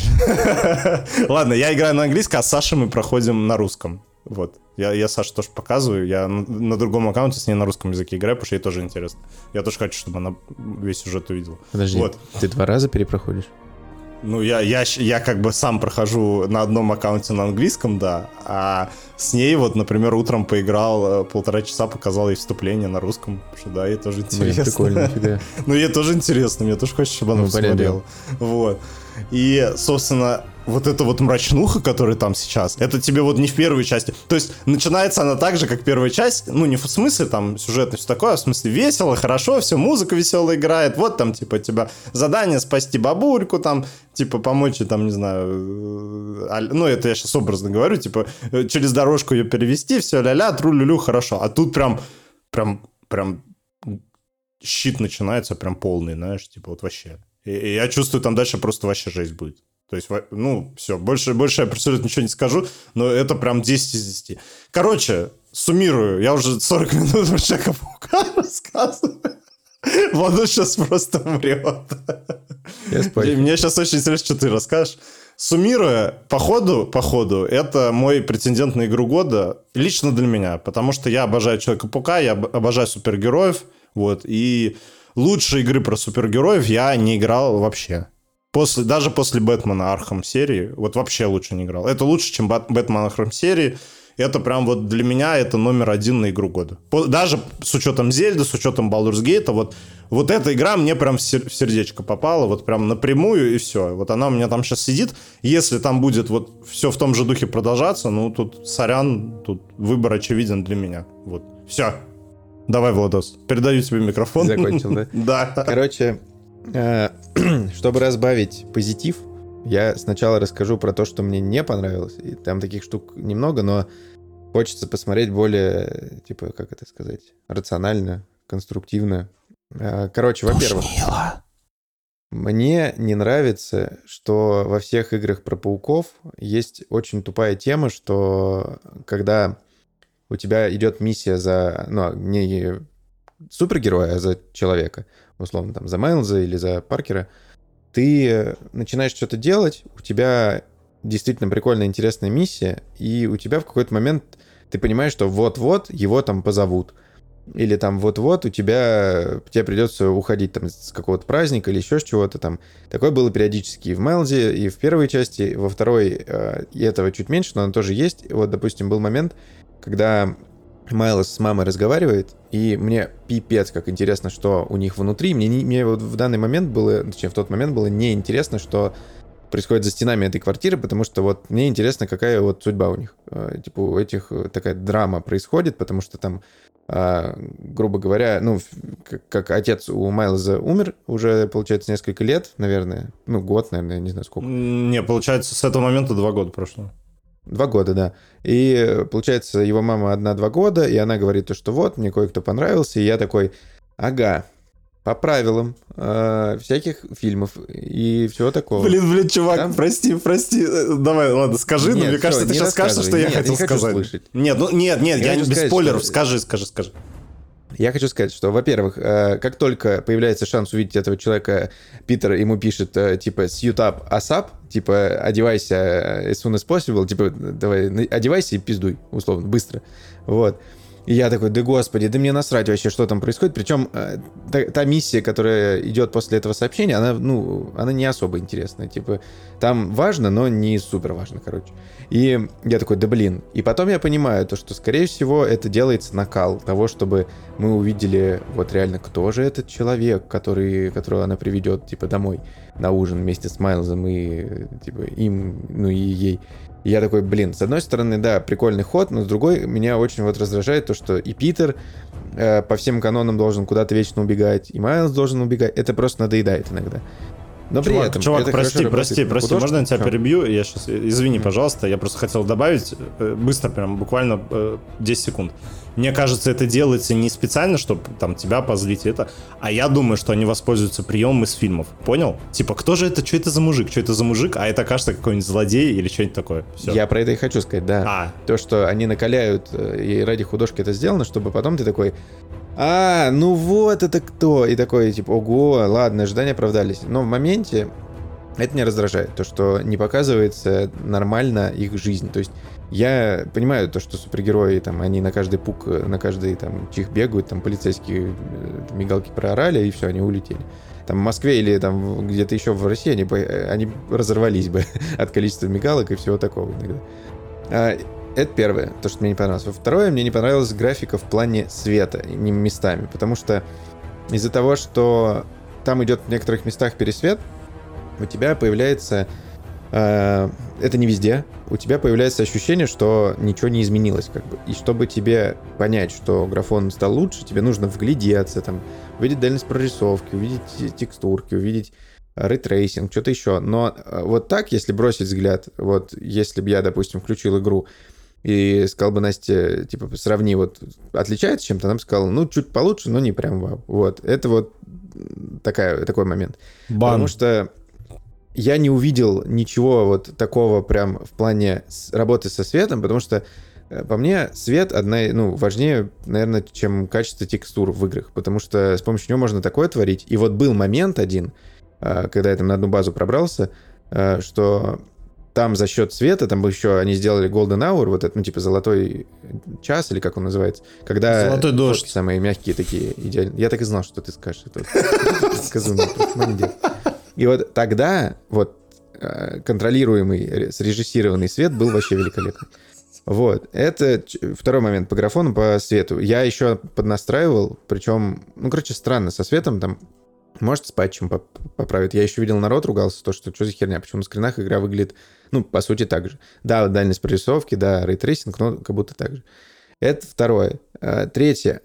Ладно, я играю на английском, а с Сашей мы проходим на русском. Вот. Я, я Саше тоже показываю. Я на, на другом аккаунте с ней на русском языке играю, потому что ей тоже интересно. Я тоже хочу, чтобы она весь сюжет увидела. Подожди, вот. Ты два раза перепроходишь? Ну, я, я, я как бы сам прохожу на одном аккаунте на английском, да, а с ней вот, например, утром поиграл полтора часа, показал ей вступление на русском, потому что, да, ей тоже интересно. Блин, прикольно, фига. Ну, ей тоже интересно, мне тоже хочется, чтобы она Ну, посмотрела. Вот. И, собственно, вот эта вот мрачнуха, которая там сейчас, это тебе вот не в первой части. То есть начинается она так же, как первая часть, ну, не в смысле там сюжетно все такое, а в смысле весело, хорошо, все, музыка веселая играет, вот там, типа, у тебя задание спасти бабульку, там, типа, помочь ей, там, не знаю, ну, это я сейчас образно говорю, типа, через дорожку ее перевести, все, ля-ля, тру-лю-лю, хорошо. А тут прям, прям, прям щит начинается прям полный, знаешь, типа, вот вообще. И, и я чувствую, там дальше просто вообще жесть будет. То есть, ну, все, больше, больше я абсолютно ничего не скажу, но это прям десять из десяти. Короче, суммирую, я уже сорок минут про Человека-паука рассказываю. Владос сейчас просто умрет. Я спать. Мне сейчас очень интересно, что ты расскажешь. Суммируя, по ходу, по ходу, это мой претендент на игру года лично для меня, потому что я обожаю Человека-паука, я обожаю супергероев, вот, и лучшей игры про супергероев я не играл вообще. После, даже после Бэтмена Архам серии, вот вообще лучше не играл. Это лучше, чем Бэтмен Архам серии. Это прям вот для меня это номер один на игру года. Даже с учетом Зельды, с учетом Baldur's Gate, вот, вот эта игра мне прям в сердечко попала, вот прям напрямую, и все. Вот она у меня там сейчас сидит. Если там будет вот все в том же духе продолжаться, ну тут сорян, тут выбор очевиден для меня. Вот. Все. Давай, Владос, передаю тебе микрофон. Закончил, да? Да. Короче, чтобы разбавить позитив, Я сначала расскажу про то, что мне не понравилось. И там таких штук немного, но хочется посмотреть более, типа, как это сказать, рационально, конструктивно. А, Короче, во-первых, мне не нравится, что во всех играх про пауков есть очень тупая тема, что когда у тебя идет миссия за, ну, не супергероя, а за человека, условно, там, за Майлза или за Паркера, ты начинаешь что-то делать, у тебя действительно прикольная, интересная миссия, и у тебя в какой-то момент ты понимаешь, что вот-вот его там позовут. Или там вот-вот у тебя, тебе придется уходить там с какого-то праздника или еще с чего-то там. Такое было периодически и в Майлзе, и в первой части, во второй э, и этого чуть меньше, но оно тоже есть. Вот, допустим, был момент, когда Майлз с мамой разговаривает, и мне пипец как интересно, что у них внутри. Мне, не, мне вот в данный момент было, точнее, в тот момент было неинтересно, что происходит за стенами этой квартиры, потому что вот мне интересно, какая вот судьба у них. Э, типа у этих такая драма происходит, потому что там А, грубо говоря, ну, как, как отец у Майлза умер уже, получается, несколько лет, наверное. Ну, год, наверное, я не знаю сколько. Не, получается, с этого момента два года прошло. Два года, да. И, получается, его мама одна-два года, и она говорит, то, что вот, мне кое-кто понравился, и я такой, ага, по правилам э, всяких фильмов и всего такого. Блин, блин, чувак, Там... прости, прости. Давай, ладно, скажи, нет, но мне все, кажется, ты сейчас скажешь, что я нет, хотел не хочу сказать. Слышать. Нет, ну нет, нет, я, я я без сказать, спойлеров. что... Скажи, скажи, скажи. Я хочу сказать, что, во-первых, э, как только появляется шанс увидеть этого человека, Питер ему пишет, э, типа, suit up, asap, типа, одевайся as soon as possible, типа, давай, одевайся и пиздуй, условно, быстро. Вот. И я такой, да господи, да мне насрать вообще, что там происходит. Причем э, та, та миссия, которая идет после этого сообщения, она, ну, она не особо интересная. Типа, там важно, но не супер важно, короче. И я такой, да блин. И потом я понимаю, то, что, скорее всего, это делается накал того, чтобы мы увидели вот реально, кто же этот человек, который, которого она приведет, типа, домой на ужин вместе с Майлзом и, типа, им, ну, и ей. И я такой, блин, с одной стороны, да, прикольный ход, но с другой меня очень вот раздражает то, что и Питер э, по всем канонам должен куда-то вечно убегать, и Майлз должен убегать. Это просто надоедает иногда. Но чувак, при этом чувак, это прости, прости, прости, художник. можно я тебя Что? перебью? Я сейчас, извини, пожалуйста, я просто хотел добавить, э, быстро, прям буквально э, десять секунд. Мне кажется, это делается не специально, чтобы там тебя позлить, это, а я думаю, что они воспользуются приемом из фильмов. Понял? Типа, кто же это, что это за мужик, что это за мужик, а это кажется какой-нибудь злодей или что-нибудь такое. Всё. Я про это и хочу сказать, да. А. То, что они накаляют, и ради художки это сделано, чтобы потом ты такой, а, ну вот это кто? И такой, типа, ого, ладно, ожидания оправдались. Но в моменте это меня раздражает, то, что не показывается нормально их жизнь. То есть я понимаю то, что супергерои, там, они на каждый пук, на каждый там чих бегают, там полицейские мигалки проорали, и все, они улетели. Там в Москве или там где-то еще в России они, они разорвались бы от количества мигалок и всего такого иногда. А, это первое, то, что мне не понравилось. Второе, мне не понравилась графика в плане света, не местами, потому что из-за того, что там идет в некоторых местах пересвет, у тебя появляется... Э, это не везде. У тебя появляется ощущение, что ничего не изменилось, как бы. И чтобы тебе понять, что графон стал лучше, тебе нужно вглядеться, там, увидеть дальность прорисовки, увидеть текстурки, увидеть рейтрейсинг, что-то еще. Но вот так, если бросить взгляд, вот если бы я, допустим, включил игру и сказал бы Насте, типа, сравни, вот, отличается чем-то, она бы сказала, ну, чуть получше, но не прям вау. Вот, это вот такая, такой момент. Бан. Потому что я не увидел ничего вот такого прям в плане работы со светом, потому что, по мне, свет одна, ну, важнее, наверное, чем качество текстур в играх, потому что с помощью него можно такое творить. И вот был момент один, когда я там на одну базу пробрался, что там за счет света, там еще они сделали Golden Hour, вот это, ну, типа золотой час, или как он называется, когда... Золотой дождь. Самые мягкие такие, идеальные. Я так и знал, что ты скажешь. Это предсказуемо, молодец. И вот тогда вот контролируемый, срежиссированный свет был вообще великолепный. Вот. Это второй момент по графону, по свету. Я еще поднастраивал, причем, ну, короче, странно, со светом там, может, с патчем поправить. Я еще видел, народ ругался, то, что что за херня, почему на скринах игра выглядит, ну, по сути, так же. Да, дальность прорисовки, да, рейтрейсинг, но как будто так же. Это второе. Третье.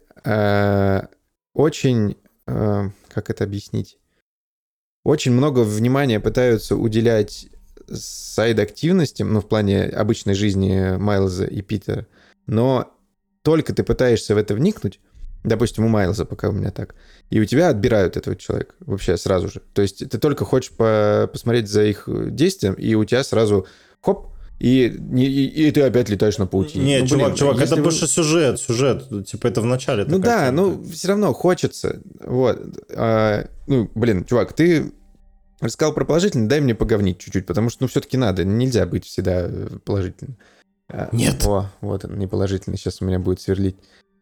Очень, как это объяснить? Очень много внимания пытаются уделять сайд-активностям, ну, в плане обычной жизни Майлза и Питера, но только ты пытаешься в это вникнуть, допустим, у Майлза пока у меня так, и у тебя отбирают этого человека вообще сразу же. То есть ты только хочешь по- посмотреть за их действием, и у тебя сразу хоп, и, и, и ты опять летаешь на паутине. Не, Ну, чувак, блин, чувак, это если вы- больше сюжет, сюжет. Типа это в начале. Ну такая да, тема. ну все равно хочется. Вот. А, ну, блин, чувак, ты рассказал про положительный, дай мне поговнить чуть-чуть, потому что, ну, все-таки надо, нельзя быть всегда положительным. А, Нет. О, вот он, неположительный, сейчас у меня будет сверлить.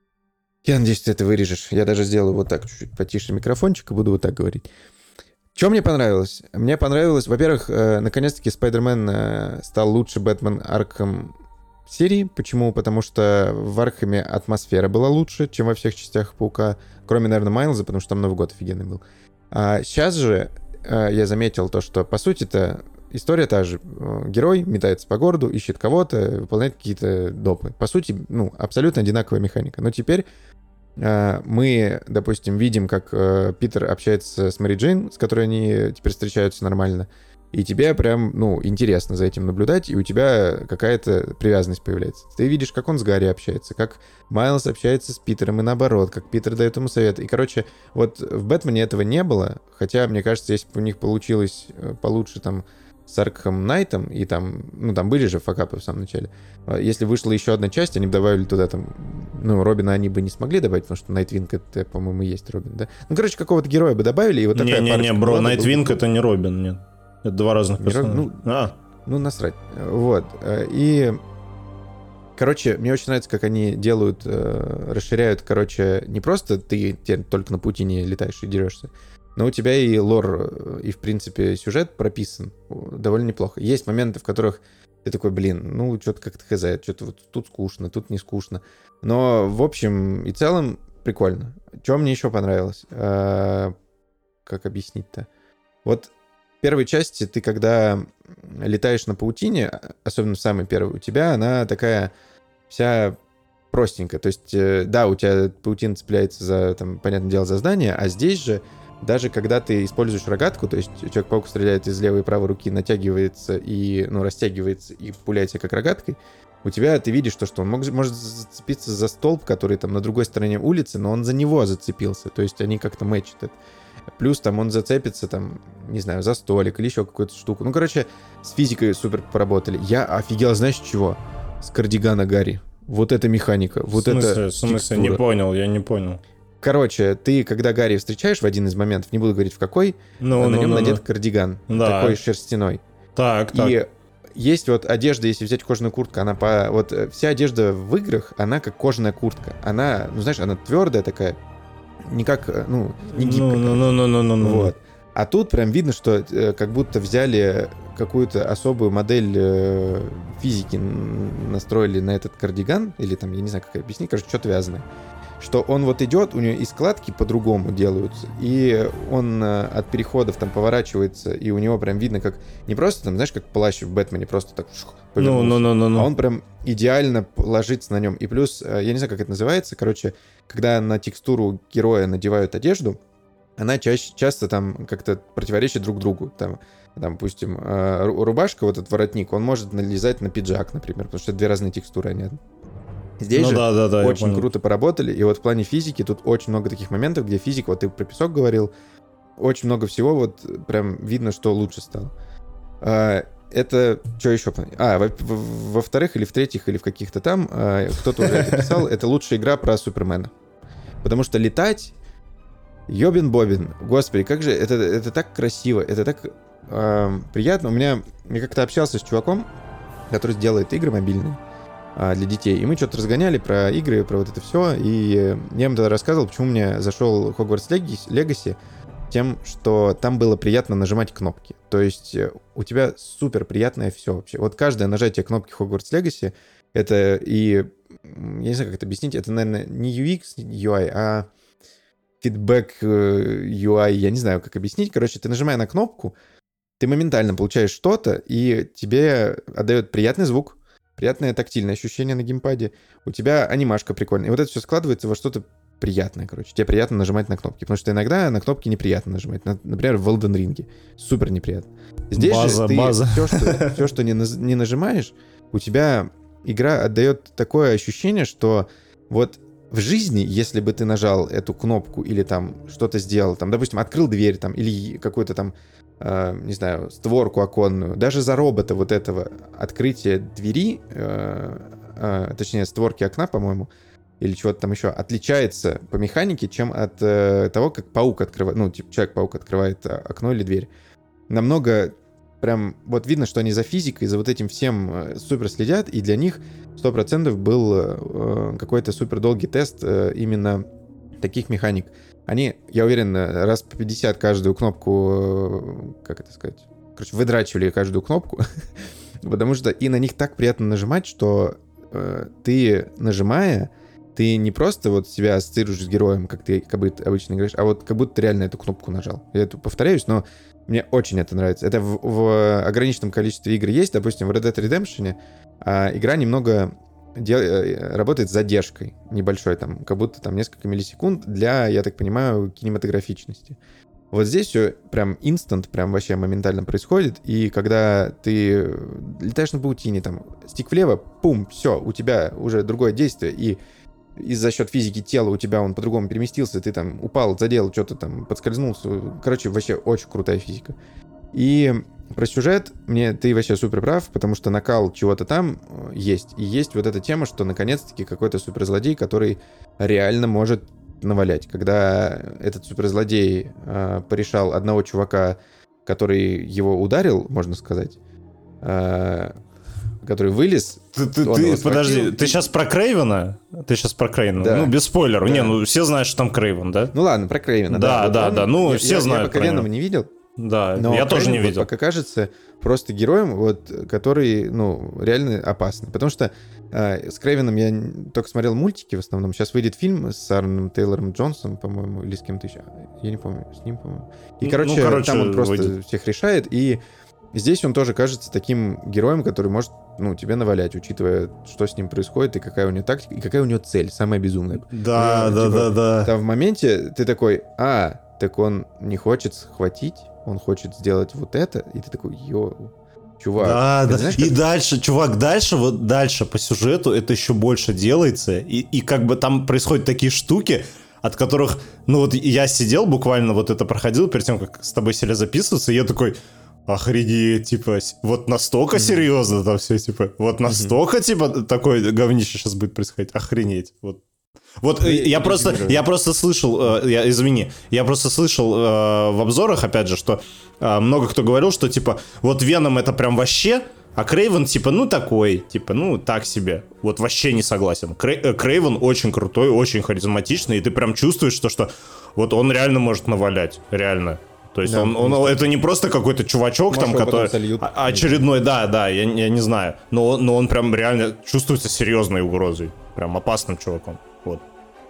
Я надеюсь, ты это вырежешь. Я даже сделаю вот так, чуть-чуть потише микрофончик и буду вот так говорить. Что мне понравилось? Мне понравилось, во-первых, э, наконец-таки Спайдермен э, стал лучше Бэтмен Аркхэм серии. Почему? Потому что в Аркхэме атмосфера была лучше, чем во всех частях Паука. Кроме, наверное, Майлза, потому что там Новый год офигенный был. А сейчас же э, я заметил то, что, по сути-то, история та же. Герой метается по городу, ищет кого-то, выполняет какие-то допы. По сути, ну, абсолютно одинаковая механика. Но теперь э, мы, допустим, видим, как э, Питер общается с Мэри Джейн, с которой они теперь встречаются нормально. И тебе прям, ну, интересно за этим наблюдать, и у тебя какая-то привязанность появляется. Ты видишь, как он с Гарри общается, как Майлз общается с Питером и наоборот, как Питер дает ему совет. И, короче, вот в Бэтмене этого не было, хотя, мне кажется, если бы у них получилось получше там с Аркхэм Найтом, и там, ну, там были же факапы в самом начале. Если вышла еще одна часть, они бы добавили туда там, ну, Робина они бы не смогли добавить, потому что Найтвинг это, по-моему, и есть Робин, да? Ну, короче, какого-то героя бы добавили, и вот такая Не-не-не, парочка бро, была бы, Найтвинг было бы это не Робин, нет. Это два разных Не Робин, персонажа. ну, А, Ну, насрать. Вот. И, короче, мне очень нравится, как они делают, э, расширяют, короче, не просто ты теперь только на паутине летаешь и дерешься, но у тебя и лор, и, в принципе, сюжет прописан довольно неплохо. Есть моменты, в которых ты такой, блин, ну, что-то как-то хз, что-то вот тут скучно, тут не скучно. Но, в общем и целом, прикольно. Что мне еще понравилось? Э, как объяснить-то? Вот в первой части ты, когда летаешь на паутине, особенно в самой первой, у тебя она такая вся простенькая. То есть, э, да, у тебя паутина цепляется за, там, понятное дело, за здание, а здесь же, даже когда ты используешь рогатку, то есть Человек-паук стреляет из левой и правой руки, натягивается и, ну, растягивается и пуляет тебя как рогаткой, у тебя ты видишь то, что он мог, может зацепиться за столб, который там на другой стороне улицы, но он за него зацепился. То есть они как-то мэчат это. Плюс там он зацепится, там, не знаю, за столик или еще какую-то штуку. Ну, короче, с физикой супер поработали. Я офигел, знаешь, чего? С кардигана Гарри. Вот эта механика, вот в смысле, это в смысле, текстура. не понял, я не понял. Короче, ты, когда Гарри встречаешь в один из моментов, не буду говорить в какой, Ну, на ну, нем ну, надет ну. кардиган, Да. такой шерстяной. Так, так. И есть вот одежда, если взять кожаную куртку, она по... Вот э, вся одежда в играх, она как кожаная куртка. Она, ну, знаешь, она твердая такая, не как, э, ну, не гибкая. Ну, ну, ну, ну, ну, ну. Вот. А тут прям видно, что э, как будто взяли какую-то особую модель э, физики, н- настроили на этот кардиган, или там, я не знаю, как объяснить, короче, что-то вязаное. Что он вот идет, у него и складки по-другому делаются, и он э, от переходов там поворачивается, и у него прям видно, как не просто там, знаешь, как плащ в Бэтмене, просто так шух, Ну, повернулся. ну, ну, ну, А ну. он прям идеально п- ложится на нем. И плюс, э, я не знаю, как это называется, короче, когда на текстуру героя надевают одежду, она чаще, часто там как-то противоречит друг другу. Там, там допустим, э, ру- рубашка, вот этот воротник, он может налезать на пиджак, например, потому что это две разные текстуры, они одни. Здесь Ну же да, да, да, я очень понял. круто поработали, и вот в плане физики тут очень много таких моментов, где физик, вот ты про песок говорил, очень много всего, вот прям видно, что лучше стало. А, это что еще? А, во- во- во-вторых, или в-третьих, или в каких-то там, а, кто-то уже это писал, это лучшая игра про Супермена. Потому что летать, ёбин-бобин, господи, как же, это, это так красиво, это так а, приятно. У меня, я как-то общался с чуваком, который делает игры мобильные а, для детей, и мы что-то разгоняли про игры, про вот это все, и я ему тогда рассказывал, почему мне зашел Hogwarts Legacy, тем, что там было приятно нажимать кнопки. То есть э, у тебя супер приятное все вообще. Вот каждое нажатие кнопки Hogwarts Legacy, это и, м, я не знаю, как это объяснить, это, наверное, не ю экс, не ю ай, а фидбэк э, ю ай, я не знаю, как объяснить. Короче, ты нажимая на кнопку, ты моментально получаешь что-то, и тебе отдает приятный звук, приятное тактильное ощущение на геймпаде. У тебя анимашка прикольная. И вот это все складывается во что-то приятное, короче. Тебе приятно нажимать на кнопки. Потому что иногда на кнопки неприятно нажимать. На- Например, в Elden Ring. Супер неприятно. Здесь База, же ты база. все, что, все, что не, наз- не нажимаешь, у тебя игра отдает такое ощущение, что вот в жизни, если бы ты нажал эту кнопку или там что-то сделал, там, допустим, открыл дверь там или какую-то там, э, не знаю, створку оконную, даже за робота вот этого открытия двери, э, э, точнее, створки окна, по-моему, или чего-то там еще, отличается по механике, чем от э, того, как паук открывает, ну, типа Человек-паук открывает а, окно или дверь. Намного прям, вот видно, что они за физикой, за вот этим всем э, супер следят, и для них сто процентов был э, какой-то супер долгий тест э, именно таких механик. Они, я уверен, раз по пятьдесят каждую кнопку, э, как это сказать, короче, выдрачивали каждую кнопку, потому что и на них так приятно нажимать, что э, ты, нажимая, ты не просто вот себя ассоциируешь с героем, как ты как будто обычно играешь, а вот как будто ты реально эту кнопку нажал. Я это повторяюсь, но мне очень это нравится. Это в, в ограниченном количестве игр есть. Допустим, в Red Dead Redemption а, игра немного дел, работает с задержкой небольшой, там, как будто там несколько миллисекунд для, я так понимаю, кинематографичности. Вот здесь все прям инстант, прям вообще моментально происходит, и когда ты летаешь на паутине, там, стик влево, пум, все, у тебя уже другое действие, и и за счет физики тела у тебя он по-другому переместился, ты там упал, задел, что-то там подскользнулся. Короче, вообще очень крутая физика. И про сюжет мне ты вообще супер прав, потому что накал чего-то там есть. И есть вот эта тема, что наконец-таки какой-то суперзлодей, который реально может навалять. Когда этот суперзлодей э, порешал одного чувака, который его ударил, можно сказать, э, который вылез. Ты, ты, он ты его подожди, схватил. ты сейчас про Крейвена? Ты сейчас про Крейвена? Да. Ну, без спойлеров. Да. Не, ну все знают, что там Крейвен, да? Ну ладно, про Крейвена. Да, Вот да, он- да, ну, я- все я, знают Я пока про Венома него. не видел. Да, Но я тоже не Крейвен вот видел. пока кажется просто героем, вот, который, ну, реально опасный. Потому что э, с Крейвеном я н- только смотрел мультики в основном. Сейчас выйдет фильм с Аароном Тейлором Джонсом, по-моему, или с кем-то еще. Я не помню, с ним, по-моему. И, Ну, короче, ну, короче, там он просто выйдет. всех решает. И здесь он тоже кажется таким героем, который может, ну, тебе навалять, учитывая, что с ним происходит, и какая у него тактика, и какая у него цель, самая безумная. Да, Ну, да, типа, да, да. Там в моменте ты такой, а, так он не хочет схватить, он хочет сделать вот это, и ты такой, йоу, чувак. Да, это да. знаешь, И как- дальше, чувак, дальше, вот дальше по сюжету это еще больше делается. И, и как бы там происходят такие штуки, от которых, ну вот я сидел буквально, вот это проходил перед тем, как с тобой сели записываться, и я такой, охренеть, типа, с- вот настолько Мгм. серьезно там все, типа, вот настолько, типа, такое говнище сейчас будет происходить, охренеть, вот. Вот э, я просто, я просто слышал, э, я, извини, я просто слышал э, в обзорах, опять же, что э, много кто говорил, что, типа, вот Веном это прям вообще, а Крейвен, типа, ну такой, типа, ну так себе. Вот вообще не согласен. Крей, э, Крейвен очень крутой, очень харизматичный, и ты прям чувствуешь, что, что вот он реально может навалять, реально. То есть Да, он, он, это не просто какой-то чувачок, Может, там, его потом который... сольют. а- очередной, да, да, я, я не знаю. Но, он- но он прям реально чувствуется серьезной угрозой. Прям опасным чуваком. Вот.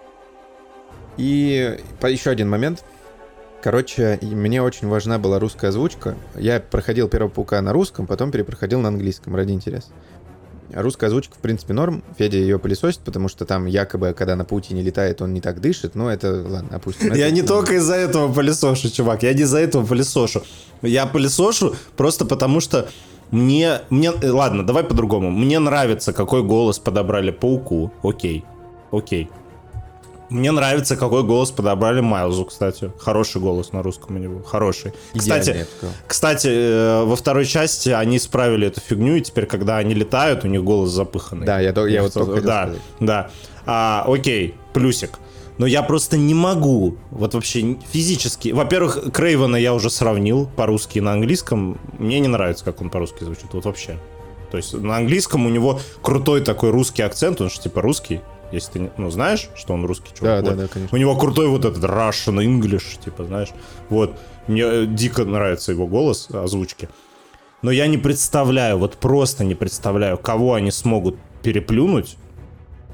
И по- еще один момент. Короче, и мне очень важна была русская озвучка. Я проходил Первого Паука на русском, потом перепроходил на английском ради интереса. Русская озвучка, в принципе, норм. Федя ее пылесосит, потому что там якобы, когда на паутине летает, он не так дышит. Но это, ладно, опустим. Я Это- не только из-за этого пылесошу, чувак. Я не из-за этого пылесошу. Я пылесошу просто потому, что мне... мне... э, Ладно, давай по-другому. Мне нравится, какой голос подобрали Пауку. Окей. Окей. Мне нравится, какой голос подобрали Майлзу, кстати. Хороший голос на русском у него. Хороший. Идеальный, Кстати, я бы сказал. кстати, э, во второй части они исправили эту фигню, и теперь, когда они летают, у них голос запыханный. Да, я, до- я вот только хотел Да, сказать. да. А, окей, плюсик. Но я просто не могу, вот вообще физически. Во-первых, Крейвена я уже сравнил по-русски и на английском. Мне не нравится, как он по-русски звучит, вот вообще. То есть на английском у него крутой такой русский акцент, он же типа русский. Если ты, не- ну, знаешь, что он русский чувак. Да, вот. да, да, конечно. У него крутой вот этот Russian English, типа, знаешь. Вот. Мне э, дико нравится его голос озвучки. Но я не представляю, вот просто не представляю, кого они смогут переплюнуть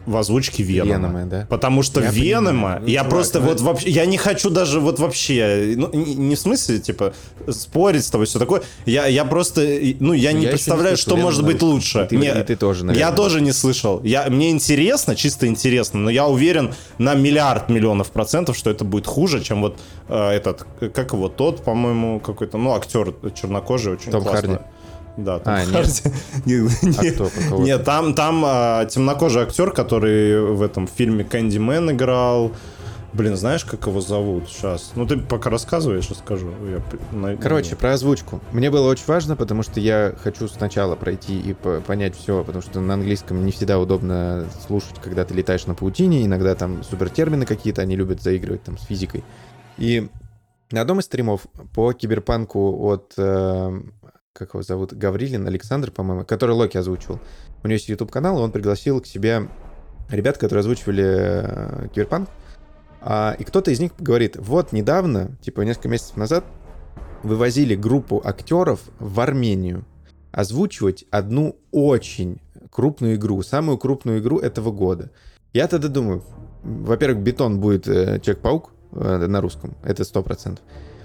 в озвучке Венома. Венома, да. Потому что Я Венома, понимаю. Ну, я чувак, просто ну вот это- вообще, я не хочу даже вот вообще, ну, не, не в смысле, типа, спорить с тобой, все такое. Я, я просто, ну, я Ну, не я еще представляю, не что слышал может Венома быть на русском. лучше. И ты- Не, и ты тоже, наверное. Я тоже не слышал. Я, мне интересно, чисто интересно, но я уверен на миллиард миллионов процентов, что это будет хуже, чем вот э, этот, как его, тот, по-моему, какой-то, ну, актер чернокожий, очень Том классно. Харди. Да, Том А, нет. Харди. Не- А не- кто, какого? Нет, там, там а, темнокожий актер, который в этом фильме «Кэндимен» играл. Блин, знаешь, как его зовут? Сейчас. Ну, ты пока рассказываешь, я скажу. Я при- найду. Короче, про озвучку. Мне было очень важно, потому что я хочу сначала пройти и по- понять все, потому что на английском не всегда удобно слушать, когда ты летаешь на паутине, иногда там супертермины какие-то, они любят заигрывать там с физикой. И на одном из стримов по киберпанку от, э, как его зовут, Гаврилин Александр, по-моему, который Локи озвучивал. У него есть YouTube-канал, и он пригласил к себе ребят, которые озвучивали э, киберпанк. А, и кто-то из них говорит, вот недавно, типа несколько месяцев назад, вывозили группу актеров в Армению озвучивать одну очень крупную игру, самую крупную игру этого года. Я тогда думаю, во-первых, Бетон будет э, Человек-паук э, на русском, это сто процентов.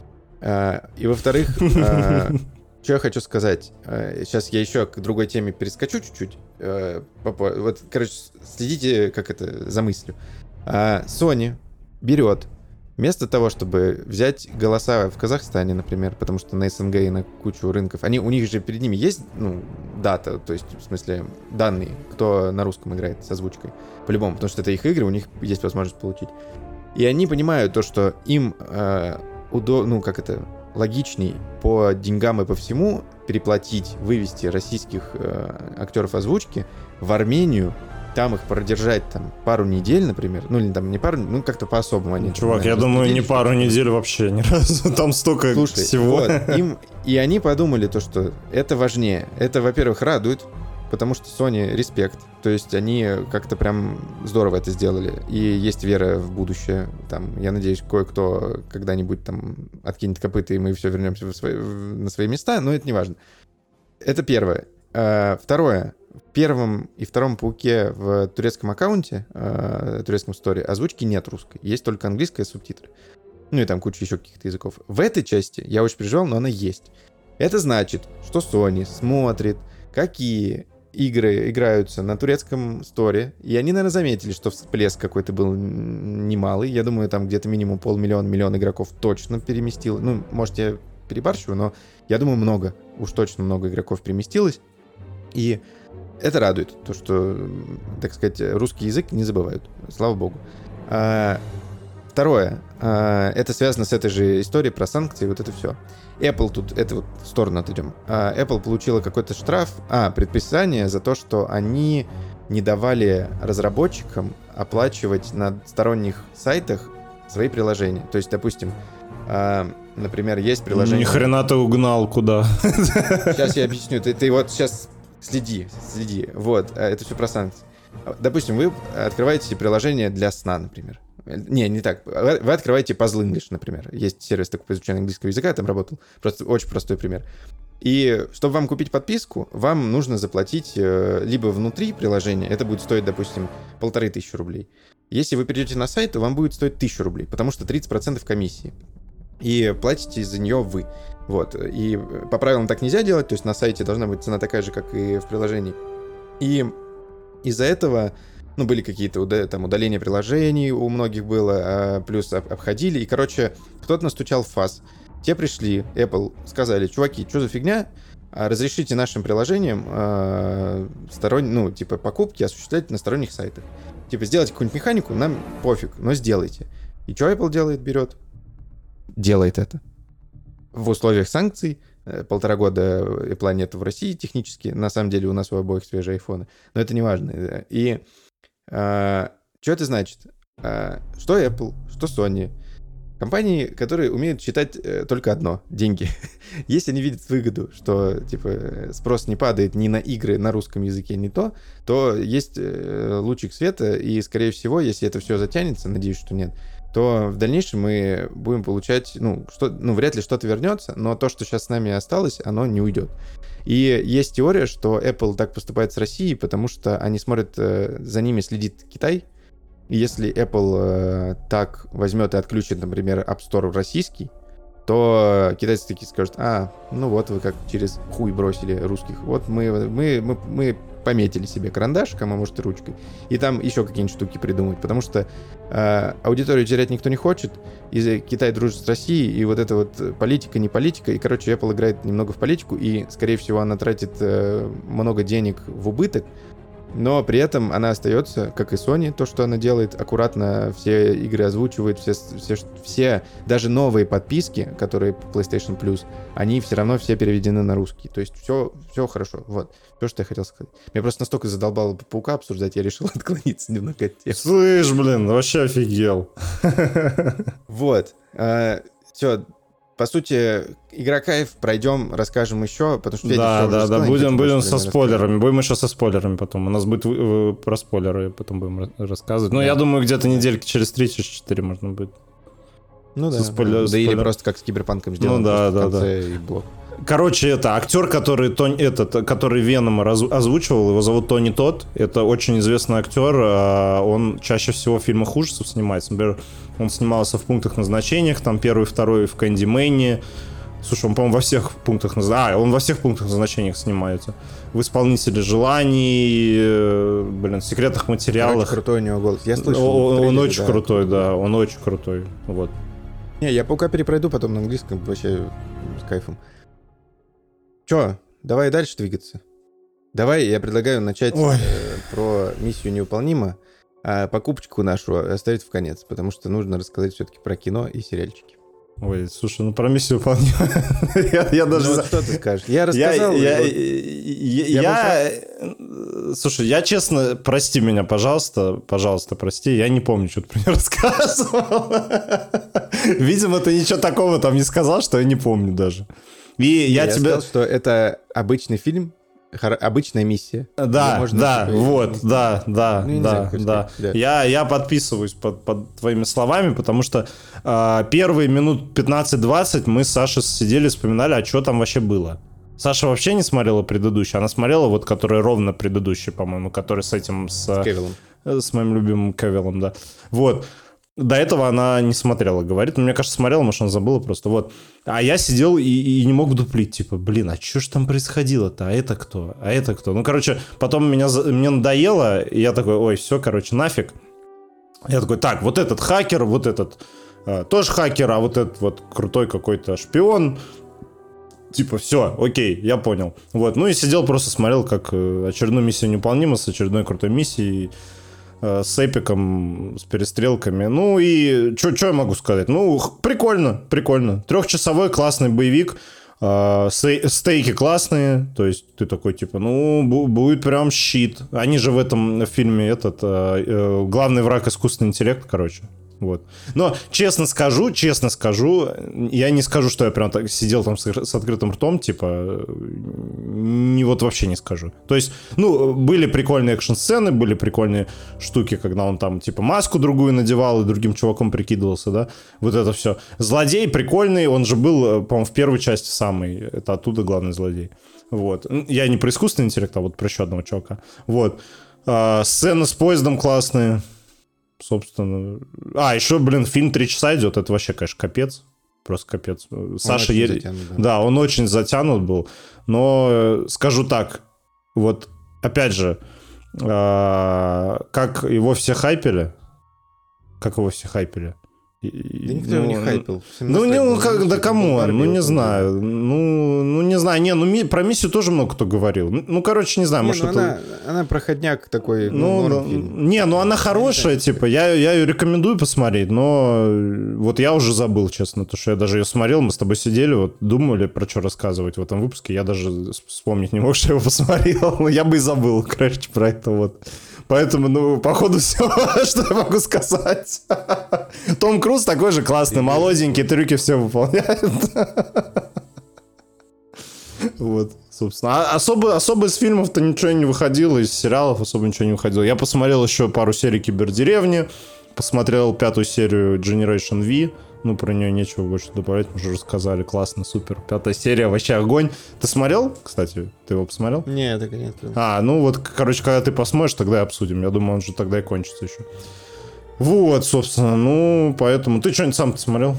Э, и во-вторых, э, что я хочу сказать, э, сейчас я еще к другой теме перескочу чуть-чуть. Э, попо- вот, короче, следите, как это замыслю. Э, Sony берет, вместо того, чтобы взять голоса в Казахстане, например, потому что на СНГ и на кучу рынков, они, у них же перед ними есть, ну, дата, то есть, в смысле, данные, кто на русском играет с озвучкой, по-любому, потому что это их игры, у них есть возможность получить. И они понимают то, что им, э, удо- ну, как это, логичней по деньгам и по всему переплатить, вывести российских э, актеров озвучки в Армению, там их продержать там пару недель, например, ну или там не пару, ну как-то по-особому они. Чувак, там, я думаю, не распределили, пару что-то. недель вообще ни разу. Там столько Слушай, всего. вот, им, и они подумали то, что это важнее. Это, во-первых, радует, потому что Sony респект. То есть они как-то прям здорово это сделали. И есть вера в будущее. Там, я надеюсь, кое-кто когда-нибудь там откинет копыта, и мы все вернемся в свои, в- на свои места, но это не важно. Это первое. А, второе. В первом и втором пауке в турецком аккаунте, э, турецком сторе, озвучки нет русской. Есть только английская субтитры. Ну и там куча еще каких-то языков. В этой части я очень переживал, но она есть. Это значит, что Sony смотрит, какие игры играются на турецком сторе. И они, наверное, заметили, что всплеск какой-то был н- немалый. Я думаю, там где-то минимум полмиллиона, миллион игроков точно переместил. Ну, может, я перебарщиваю, но я думаю, много. Уж точно много игроков переместилось. И это радует, то, что, так сказать, русский язык не забывают. Слава богу. А, второе. А, это связано с этой же историей про санкции, вот это все. Apple тут, это вот в сторону отойдем. А, Apple получила какой-то штраф, а, предписание за то, что они не давали разработчикам оплачивать на сторонних сайтах свои приложения. То есть, допустим, а, например, есть приложение... Ни хрена ты угнал куда. Сейчас я объясню. Ты, ты вот сейчас следи, следи. Вот, а, это все про санкции. Допустим, вы открываете приложение для сна, например. Не, не так. Вы вы открываете Puzzle English, например. Есть сервис такой по изучению английского языка, я там работал. Просто очень простой пример. И чтобы вам купить подписку, вам нужно заплатить э, либо внутри приложения, это будет стоить, допустим, полторы тысячи рублей. Если вы перейдете на сайт, то вам будет стоить тысячу рублей, потому что тридцать процентов комиссии. И платите за нее вы. Вот. И по правилам так нельзя делать, то есть на сайте должна быть цена такая же, как и в приложении. И из-за этого, ну, были какие-то уда- там удаления приложений у многих было, а плюс об- обходили. И, короче, кто-то настучал в фаз. Те пришли, Apple, сказали, чуваки, что за фигня? А разрешите нашим приложениям э, сторон... ну, типа, покупки осуществлять на сторонних сайтах. Типа, сделайте какую-нибудь механику, нам пофиг, но сделайте. И что Apple делает? Берет. Делает это. В условиях санкций, э, полтора года Apple нет в России технически, на самом деле у нас у обоих свежие айфоны, но это не важно. э, И э, что это значит? Э, что Apple, что Sony, компании, которые умеют считать э, только одно — деньги. Если они видят выгоду, что типа спрос не падает ни на игры на русском языке, ни то, то есть э, лучик света, и, скорее всего, если это все затянется, надеюсь, что нет, то в дальнейшем мы будем получать, ну, что, ну, вряд ли что-то вернется, но то, что сейчас с нами осталось, оно не уйдет. И есть теория, что Apple так поступает с Россией, потому что они смотрят, за ними следит Китай. И если Apple так возьмет и отключит, например, App Store российский, то китайцы такие скажут: а, ну вот вы как через хуй бросили русских. Вот мы, мы, мы, мы пометили себе карандашиком, а может и ручкой. И там еще какие-нибудь штуки придумать. Потому что э, аудиторию терять никто не хочет. И Китай дружит с Россией. И вот эта вот политика, не политика. И, короче, Apple играет немного в политику. И, скорее всего, она тратит э, много денег в убыток. Но при этом она остается, как и Sony, то, что она делает, аккуратно все игры озвучивает, все, все, все даже новые подписки, которые PlayStation Plus, они все равно все переведены на русский. То есть все, все хорошо. Вот, все, что я хотел сказать. Меня просто настолько задолбало Паука обсуждать, я решил отклониться немного от темы. Слышь, блин, вообще офигел. Вот. Все. По сути, игра кайф, пройдем, расскажем еще, потому что... Да, да, да, будем, будем со спойлерами, будем еще со спойлерами потом. У нас будет э, про спойлеры, потом будем рассказывать. Ну, да. Я думаю, где-то недельки через три, через четыре можно будет. Ну да, спойлер, да спойлер. Или просто как с Киберпанком сделано. Ну да, да, да. И блок. Короче, это актер, который, Тон, этот, который Венома озвучивал, его зовут Тони Тодд. Это очень известный актер. Он чаще всего в фильмах ужасов снимается. Например, он снимался в «Пунктах назначения», там первый, второй в «Кэндимэне». Слушай, он, по-моему, во всех пунктах назначения... А, он во всех пунктах назначениях снимается. В «Исполнителе желаний», блин, в «Секретных материалах». Короче, крутой у него голос. Я слышал. Он, трейлере, он очень да, крутой, да, он очень крутой. Вот. Не, я Паука перепройду потом на английском, вообще с кайфом. Чё, давай дальше двигаться. Давай, я предлагаю начать э, про миссию невыполнима, а покупочку нашу оставить в конец, потому что нужно рассказать все-таки про кино и сериальчики. Ой, слушай, ну про миссию вполне... я, я даже... Ну вот что ты скажешь? Я рассказал... Я... Вот... я, я, я... Слушай, я честно... Прости меня, пожалуйста. Пожалуйста, прости. Я не помню, что ты про него рассказывал. Видимо, ты ничего такого там не сказал, что я не помню даже. И я, я тебе... сказал, что это обычный фильм, хор... обычная миссия. Да, да, типа, вот, ну, да, да, ну, да, знаю, да. да. Я, я подписываюсь под, под твоими словами, потому что э, первые минут пятнадцать-двадцать мы с Сашей сидели, вспоминали, а что там вообще было. Саша вообще не смотрела предыдущий, она смотрела вот, который ровно предыдущий, по-моему, который с этим, с... С Кевиллом. С моим любимым Кевиллом, да. Вот. До этого она не смотрела, говорит. Ну, мне кажется, смотрела, может, она забыла просто. Вот. А я сидел и, и не мог вдуплить. Типа, блин, а что ж там происходило-то? А это кто? А это кто? Ну, короче, потом меня, мне надоело, и я такой, ой, все, короче, нафиг. Я такой, так, вот этот хакер, вот этот э, тоже хакер, а вот этот вот крутой какой-то шпион. Типа, все, окей, я понял. Вот. Ну, и сидел, просто смотрел, как очередную миссию невыполнима с очередной крутой миссией. С эпиком, с перестрелками. Ну и что я могу сказать? Ну, прикольно, прикольно. Трехчасовой классный боевик. Э, стейки классные. То есть ты такой, типа, ну, будет прям щит. Они же в этом фильме этот э, э, главный враг искусственный интеллект, короче. Вот. Но честно скажу, честно скажу, я не скажу, что я прям так сидел там с, с открытым ртом, типа, не вот вообще не скажу. То есть, ну, были прикольные экшн-сцены, были прикольные штуки, когда он там, типа, маску другую надевал и другим чуваком прикидывался, да, вот это все. Злодей прикольный, он же был, по-моему, в первой части самый, это оттуда главный злодей. Вот. Я не про искусственный интеллект, а вот про еще одного чувака. Вот. А, сцены с поездом классные. Собственно. А, еще, блин, фильм три часа идет. Это вообще, конечно, капец. Просто капец. Саша еле... затянут, да. Да, он очень затянут был. Но скажу так. Вот, опять же, как его все хайпели. Как его все хайпели. Да никто его ну, не хайпил. Ну, ну как, да кому? Ну, не знаю. Ну, ну, не знаю. Не, ну, ми, про миссию тоже много кто говорил. Ну, короче, не знаю, не, может, ну, это... Она, она проходняк такой, ну, ну, ну не, ну, она хорошая, типа, я, я ее рекомендую посмотреть, но вот я уже забыл, честно, то, что я даже ее смотрел, мы с тобой сидели, вот, думали, про что рассказывать в этом выпуске, я даже вспомнить не мог, что я его посмотрел, я бы и забыл, короче, про это вот. Поэтому, ну, походу, все, что я могу сказать. Том Круз такой же классный, молоденький, трюки все выполняет. Вот, собственно. А особо, особо из фильмов-то ничего не выходило, из сериалов особо ничего не выходило. Я посмотрел еще пару серий «Кибердеревни», посмотрел пятую серию Generation V. Ну, про нее нечего больше добавлять, мы уже рассказали. Классно, супер. Пятая серия, вообще огонь. Ты смотрел, кстати? Ты его посмотрел? Не, так и нет. А, ну вот, короче, когда ты посмотришь, тогда и обсудим. Я думаю, он же тогда и кончится еще. Вот, собственно, ну, поэтому... Ты что-нибудь сам посмотрел?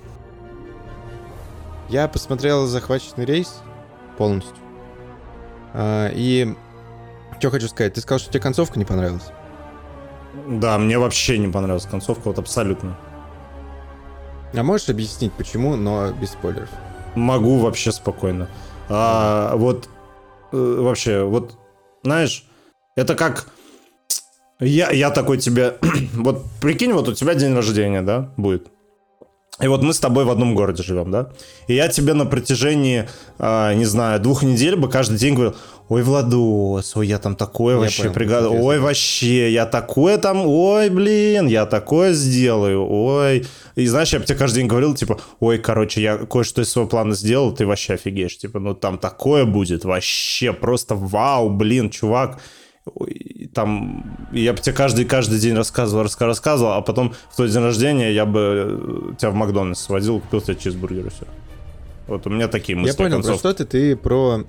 Я посмотрел «Захваченный рейс» полностью. А, и что хочу сказать. Ты сказал, что тебе концовка не понравилась? Да, мне вообще не понравилась концовка, вот абсолютно. А можешь объяснить, почему, но без спойлеров? Могу вообще спокойно. А, вот, э, вообще, вот, знаешь, это как... Я, я такой тебе... вот прикинь, вот у тебя день рождения, да, будет. И вот мы с тобой в одном городе живем, да? И я тебе на протяжении, э, не знаю, двух недель бы каждый день говорил: ой, Владос, ой, я там такое Я вообще понял, приготовил, ой, интересно. вообще, я такое там, ой, блин, я такое сделаю, ой. И знаешь, я бы тебе каждый день говорил, типа, ой, короче, я кое-что из своего плана сделал, ты вообще офигеешь, типа, ну там такое будет, вообще, просто вау, блин, чувак. Ой, там, я бы тебе каждый, каждый день рассказывал, рассказывал, рассказывал, а потом в твой день рождения я бы тебя в Макдональдс сводил, купил тебе чизбургер и все. Вот у меня такие мысли. Я понял, про концовки. что ты, ты про,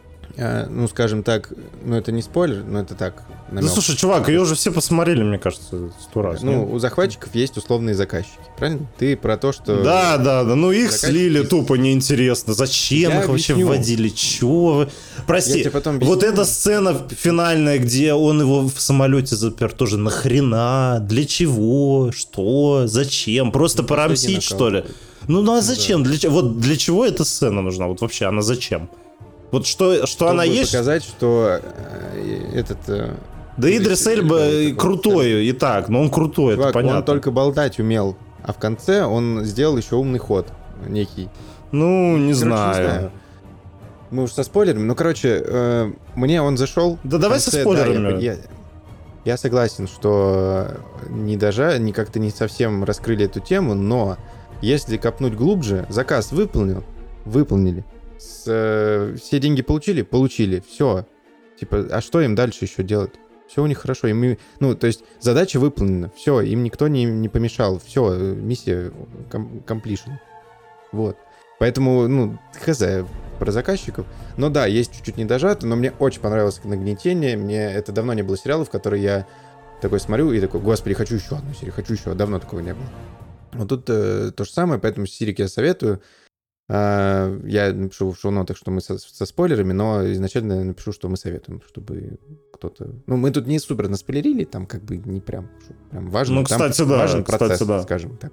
э, ну, скажем так, ну, это не спойлер, но это так, Да намек. слушай, чувак, ее уже все посмотрели, мне кажется, сто раз. Ну, нет? у захватчиков есть условные заказчики, правильно? Ты про то, что... Да, да, да, ну их заказчики- слили тупо неинтересно. Зачем Я их вообще объясню. вводили? Чего вы? Прости, Я тебе потом объясню. вот эта сцена финальная, где он его в самолете запер, тоже нахрена? Для чего? Что? Зачем? Просто порамсить, накал что ли? какой-то. Ну, ну а зачем? Для, че- вот для чего эта сцена нужна? Вот вообще, она зачем? Вот что, что она Чтобы есть? показать, что э, этот... э, Да Идрис Эльба такой, крутой и так, но он крутой, чувак, это понятно. он только болтать умел, а в конце он сделал еще умный ход некий. Ну, не Короче, знаю. Мы уж со спойлерами, ну, короче, э, мне он зашел. Да в давай со конце, спойлерами. да, я, я- я согласен, что не даже, не как-то не совсем раскрыли эту тему, но если копнуть глубже, заказ выполнил, выполнили. С, э, все деньги получили? Получили. Все. Типа, а что им дальше еще делать? Все у них хорошо. Им, и- ну, то есть задача выполнена. Все, им никто не, не помешал. Все, миссия ком- completion. Вот. Поэтому, ну, хз про заказчиков. Но да, есть чуть-чуть недожато, но мне очень понравилось нагнетение. Мне это давно не было сериалов, в которые я такой смотрю и такой: господи, хочу еще одну серию, хочу еще. Давно такого не было. Вот тут э, то же самое, поэтому Сирик я советую. А, я напишу в шоу-нотах, что мы со, со спойлерами, но изначально напишу, что мы советуем, чтобы кто-то... Ну, мы тут не супер наспойлерили, там как бы не прям, что прям важно. Ну, Там кстати, да, важен кстати, процесс, да. скажем так.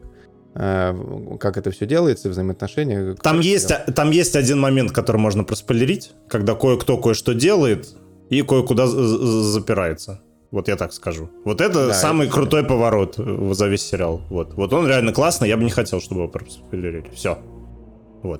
А, как это все делается, взаимоотношения. Там Как есть, сериал. там есть один момент, который можно проспойлерить, когда кое-кто кое-что делает и кое-куда з- з- запирается. Вот я так скажу. Вот это Да, самый это крутой поворот э, за весь сериал. Вот. Вот он реально классный, я бы не хотел, чтобы его проспойлерили. Все. Вот.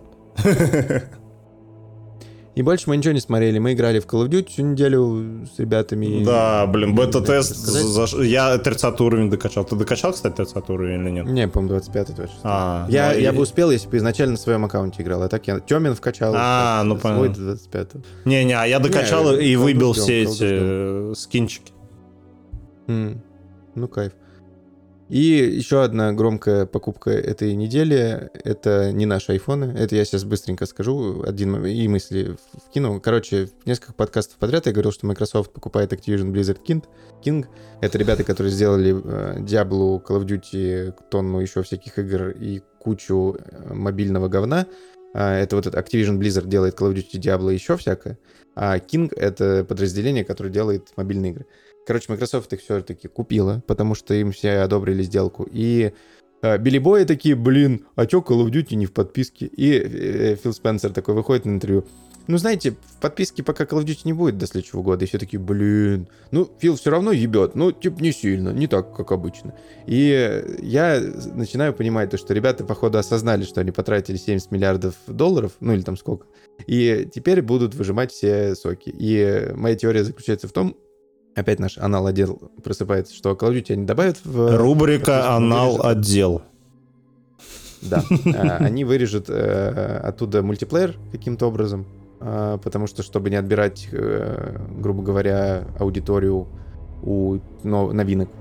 И больше мы ничего не смотрели. Мы играли в Call of Duty всю неделю с ребятами. Да, блин, бета-тест. Рассказать? за- за- Я тридцатый уровень докачал. Ты докачал, кстати, тридцатый уровень или нет? Не, по-моему, двадцать пятый точно. А, я, ну, я и- бы успел, если бы изначально на своем аккаунте играл. А так я Тёмин вкачал. А, ну, свой понятно. до двадцать пятого. Не-не, а я докачал Не, и колду выбил ждём, все колду эти э, скинчики. М, Ну, кайф. И еще одна громкая покупка этой недели — это не наши айфоны. Это я сейчас быстренько скажу, один м- и мысли вкину. Короче, в несколько подкастов подряд я говорил, что Microsoft покупает Activision Blizzard King. King. Это ребята, которые сделали э, Diablo, Call of Duty, тонну еще всяких игр и кучу э, мобильного говна. А, это вот этот Activision Blizzard делает Call of Duty, Diablo и еще всякое. А King — это подразделение, которое делает мобильные игры. Короче, Microsoft их все-таки купила, потому что им все одобрили сделку. И э, Билли Бои такие: блин, а чё Call of Duty не в подписке? И э, Фил Спенсер такой выходит на интервью: ну, знаете, в подписке пока Call of Duty не будет до следующего года. И все такие: блин, ну, Фил все равно ебет, ну, типа, не сильно, не так, как обычно. И я начинаю понимать то, что ребята, походу, осознали, что они потратили семьдесят миллиардов долларов, ну, или там сколько, и теперь будут выжимать все соки. И моя теория заключается в том, опять наш анал-отдел просыпается, что Call of Duty они добавят в... Рубрика Они вырежут- «Анал-отдел». Да. А, Они вырежут э, оттуда мультиплеер каким-то образом, а, потому что, чтобы не отбирать, э, грубо говоря, аудиторию у но- новинок.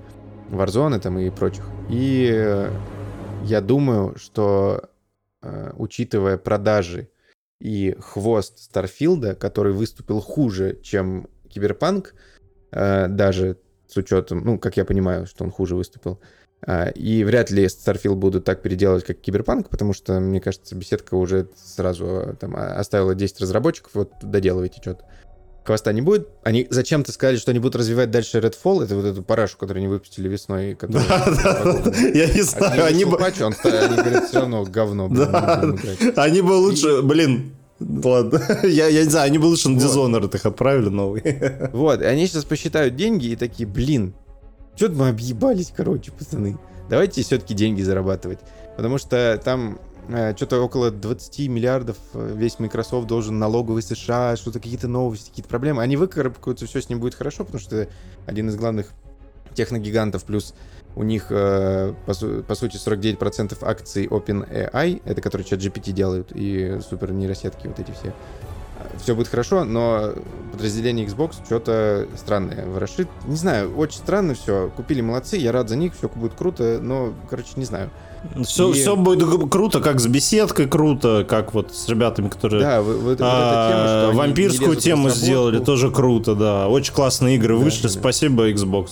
Warzone там и прочих. И э, я думаю, что э, учитывая продажи и хвост Старфилда, который выступил хуже, чем Киберпанк, э, даже с учетом, ну, как я понимаю, что он хуже выступил, э, и вряд ли Starfield будут так переделывать, как Киберпанк, потому что, мне кажется, беседка уже сразу э, там оставила десять разработчиков, вот доделывайте что-то. Хвоста не будет. Они зачем-то сказали, что они будут развивать дальше Redfall. Это вот эту парашу, которую они выпустили весной. Да, да, я не знаю. Они бы... Патч, он, они говорят, все равно говно. Блин, да, они бы лучше... И... Блин, ладно. я, я не знаю, они бы лучше на Dishonored их отправили новый. Вот, и они сейчас посчитают деньги и такие, блин, что-то мы объебались, короче, пацаны. Давайте все-таки деньги зарабатывать. Потому что там... Что-то около двадцать миллиардов весь Microsoft должен налоговый США, что-то какие-то новости, какие-то проблемы. Они выкарабкаются, все с ним будет хорошо, потому что один из главных техногигантов, плюс у них, по, по сути, сорок девять процентов акций OpenAI, это которые ChatGPT делают, и супер нейросетки вот эти все. Все будет хорошо, но подразделение Xbox что-то странное ворошит. Не знаю, очень странно все. Купили, молодцы, я рад за них, все будет круто, но, короче, не знаю. Все, и... все будет круто, как с беседкой круто, как вот с ребятами, которые да, вот, вот а, эта тема, что вампирскую тему сделали, тоже круто, да. Очень классные игры да, вышли, да. Спасибо, Xbox.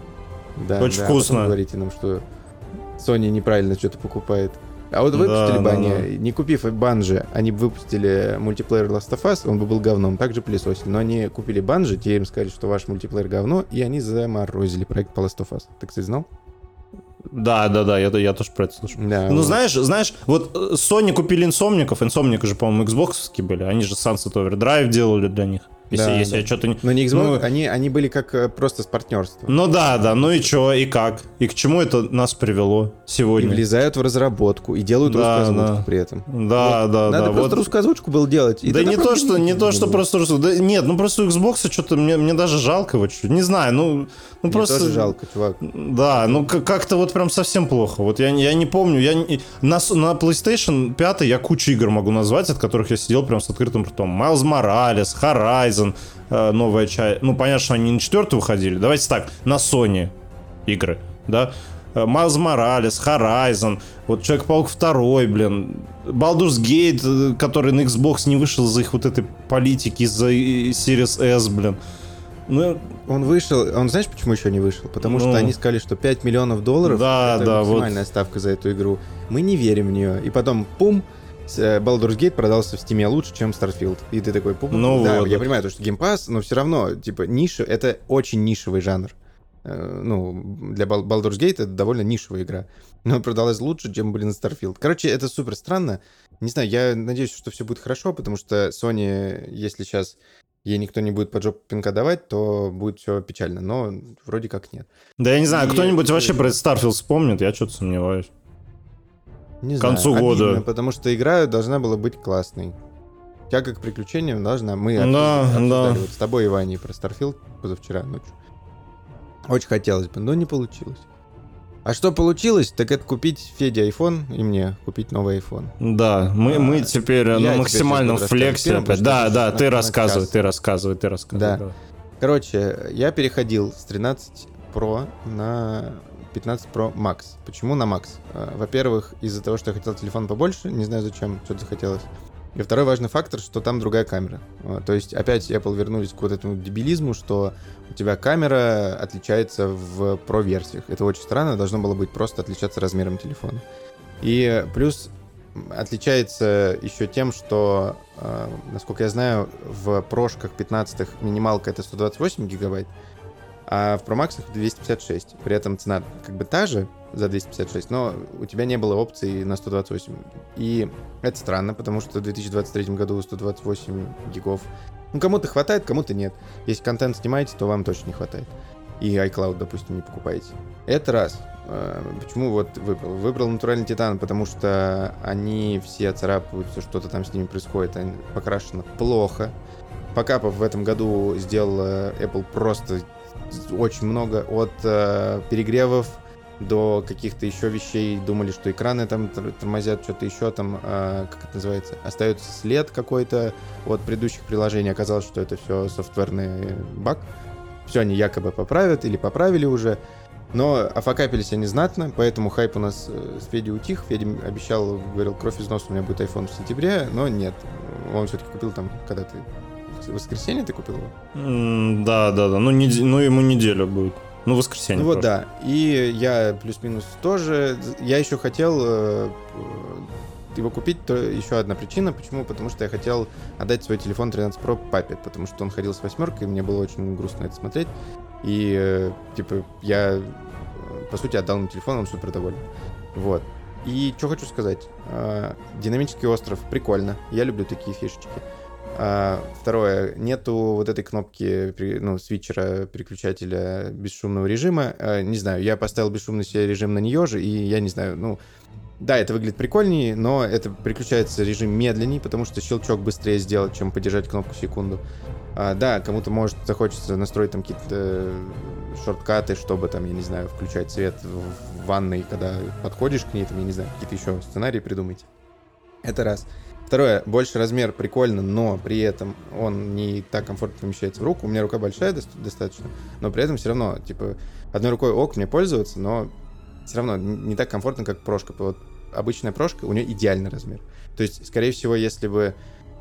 Да, очень да, вкусно. Потом говорите нам, что Sony неправильно что-то покупает. А вот выпустили да, бы да, они, да. не купив Bungie, они бы выпустили мультиплеер Last of Us, он бы был говном, также пылесосили. Но они купили Bungie, те им сказали, что ваш мультиплеер говно, и они заморозили проект по Last of Us. Ты, кстати, знал? Да, да, да, я, я тоже про это слышал. Да, ну, вот. знаешь, знаешь, вот Sony купили инсомников, инсомники же, по-моему, Xbox-овские были, они же Sunset Overdrive делали для них. Если, да, если да. я что-то не... Но не Xbox, ну, они, они были как просто с партнерством. Ну да, да, ну и что, и как? И к чему это нас привело сегодня? И влезают в разработку, и делают да, русскую озвучку да. при этом. Да, вот. да, Надо да. просто вот. русскую озвучку было делать. И да не то, что, не то, что было. просто русскую. Да, нет, ну просто у Xbox что-то, мне, мне даже жалко его чуть-чуть. Не знаю, ну, ну мне просто... тоже жалко, чувак. Да, ну как-то вот прям совсем плохо. Вот я, я не помню, я не... На, на PlayStation пять я кучу игр могу назвать, от которых я сидел прям с открытым ртом. Miles Morales, Horizon, э, новая часть. Ну, понятно, что они на четвертую выходили. Давайте так, на Sony игры, да. Miles Morales, Horizon, вот Человек-паук два, блин, Baldur's Gate, который на Xbox не вышел из-за их вот этой политики, из-за Series S, блин. Ну, он вышел, он знаешь, почему еще не вышел? Потому ну, что они сказали, что пять миллионов долларов да, это да, максимальная вот. ставка за эту игру. Мы не верим в нее. И потом, пум, Baldur's Gate продался в Steam лучше, чем Starfield. И ты такой, пум, ну, да, вот, я вот. понимаю, что Game Pass, но все равно, типа, ниша, это очень нишевый жанр. Ну, для Baldur's Gate это довольно нишевая игра. Но продалась лучше, чем, блин, Starfield. Короче, это супер странно. Не знаю, я надеюсь, что все будет хорошо, потому что Sony, если сейчас ей никто не будет под жопу пинка давать, то будет все печально. Но вроде как нет. Да я не знаю, И кто-нибудь это... вообще про Starfield вспомнит? Я что-то сомневаюсь. Не К концу знаю, года. Обидно, потому что игра должна была быть классной. Тяга к приключениям должна... Мы да, обсуждали да. вот с тобой и Ваней про Starfield позавчера ночью. Очень хотелось бы, но не получилось. А что получилось, так это купить Феде iPhone и мне купить новый iPhone. Да, мы, а, мы теперь на теперь максимальном флексе опять. Да, да, ты рассказывай, ты рассказывай, ты рассказывай. Да. Давай. Короче, я переходил с тринадцать Pro на пятнадцать Pro Max. Почему на Max? Во-первых, из-за того, что я хотел телефон побольше, не знаю зачем, что-то захотелось. И второй важный фактор, что там другая камера. То есть опять Apple вернулись к вот этому дебилизму, что у тебя камера отличается в Pro-версиях. Это очень странно, должно было быть просто отличаться размером телефона. И плюс отличается еще тем, что, насколько я знаю, в прошках пятнадцатых минималка это сто двадцать восемь гигабайт, а в Pro Max двести пятьдесят шесть. При этом цена как бы та же за двести пятьдесят шесть, но у тебя не было опции на сто двадцать восемь. И это странно, потому что в две тысячи двадцать третьем году сто двадцать восемь гигов. Ну, кому-то хватает, кому-то нет. Если контент снимаете, то вам точно не хватает. И iCloud, допустим, не покупаете. Это раз. Почему вот выбрал? Выбрал натуральный титан, потому что они все царапаются, что-то там с ними происходит. Они покрашено плохо. Покапов в этом году сделал Apple просто очень много. От э, перегревов до каких-то еще вещей. Думали, что экраны там тормозят, что-то еще там, э, как это называется, остается след какой-то от предыдущих приложений. Оказалось, что это все софтверный баг. Все они якобы поправят или поправили уже. Но офакапились они знатно, поэтому хайп у нас э, с Федей утих. Федя обещал, говорил, кровь из носа, у меня будет iPhone в сентябре, но нет. Он все-таки купил там, когда ты... В воскресенье ты купил его? М, Да, да, да. Ну, неде- ну, ему неделя будет. Ну, воскресенье. Ну вот просто. да. И я плюс-минус тоже. Я еще хотел э, его купить. То еще одна причина. Почему? Потому что я хотел отдать свой телефон тринадцать про папе, потому что он ходил с восьмеркой, и мне было очень грустно это смотреть. И э, типа я, э, по сути, отдал ему телефон, он супер доволен. Вот. И что хочу сказать. Э, динамический остров. Прикольно. Я люблю такие фишечки. А, второе, нету вот этой кнопки, при- ну, свитчера, переключателя бесшумного режима. А, не знаю, я поставил бесшумный себе режим на нее же, и я не знаю, ну, да, это выглядит прикольнее, но это переключается режим медленней, потому что щелчок быстрее сделать, чем подержать кнопку секунду. А, да, кому-то может захочется настроить там какие-то э, шорткаты, чтобы там, я не знаю, включать свет в в ванной, когда подходишь к ней, там, я не знаю, какие-то еще сценарии придумайте. Это раз. Второе, больше размер прикольно, но при этом он не так комфортно помещается в руку. У меня рука большая доста- достаточно, но при этом все равно, типа, одной рукой ок мне пользоваться, но все равно не так комфортно, как прошка. Вот обычная прошка, у нее идеальный размер. То есть, скорее всего, если бы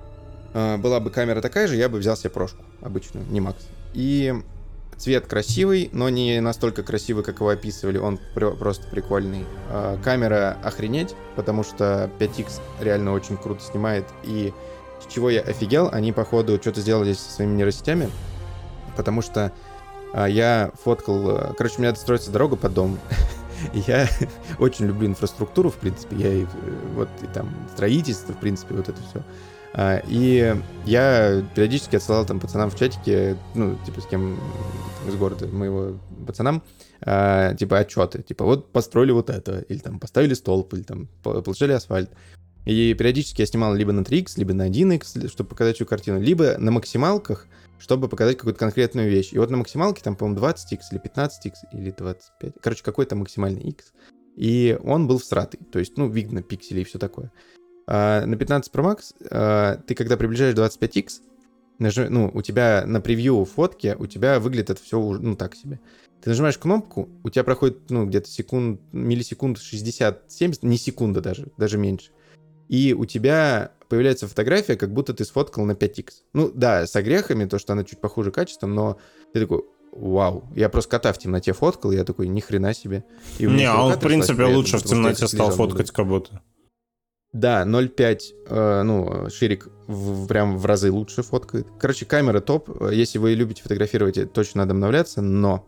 э, была бы камера такая же, я бы взял себе прошку обычную, не Макс. И цвет красивый, но не настолько красивый, как его описывали. Он пр- просто прикольный. А, камера охренеть, потому что пять икс реально очень круто снимает. И с чего я офигел, они, походу, что-то сделали со своими нейросетями, потому что а, я фоткал... а, Короче, у меня строится дорога под дом. И я очень люблю инфраструктуру, в принципе. Я и, э, вот и там строительство, в принципе, вот это все. А, И я периодически отсылал там пацанам в чатике, ну, типа, с кем из города моего пацанам, а, типа, отчеты. Типа, вот построили вот это, или там поставили столб, или там по- положили асфальт. И периодически я снимал либо на три икс, либо на один икс, чтобы показать всю картину, либо на максималках, чтобы показать какую-то конкретную вещь. И вот на максималке там, по-моему, двадцать икс или пятнадцать икс, или двадцать пять. Короче, какой-то максимальный икс. И он был всратый. То есть, ну, видно пиксели и все такое. А на пятнадцать про макс а, ты, когда приближаешь двадцать пять икс, нажи- ну, у тебя на превью фотки, у тебя выглядит это все, ну, так себе. Ты нажимаешь кнопку, у тебя проходит, ну, где-то секунд, миллисекунд шестьдесят-семьдесят, не секунда даже, даже меньше. И у тебя появляется фотография, как будто ты сфоткал на пять икс. Ну, да, с огрехами, то, что она чуть похуже качеством, но ты такой, вау. Я просто кота в темноте фоткал, и я такой, ни хрена себе. И у меня Не, еще а он, рука в принципе, тряслась при лучше этом, в потому что я темноте как стал лежал, фоткать как будто. да, ноль пять, э, ну, ширик в- прям в разы лучше фоткает. Короче, камера топ. Если вы любите фотографировать, это точно надо обновляться, но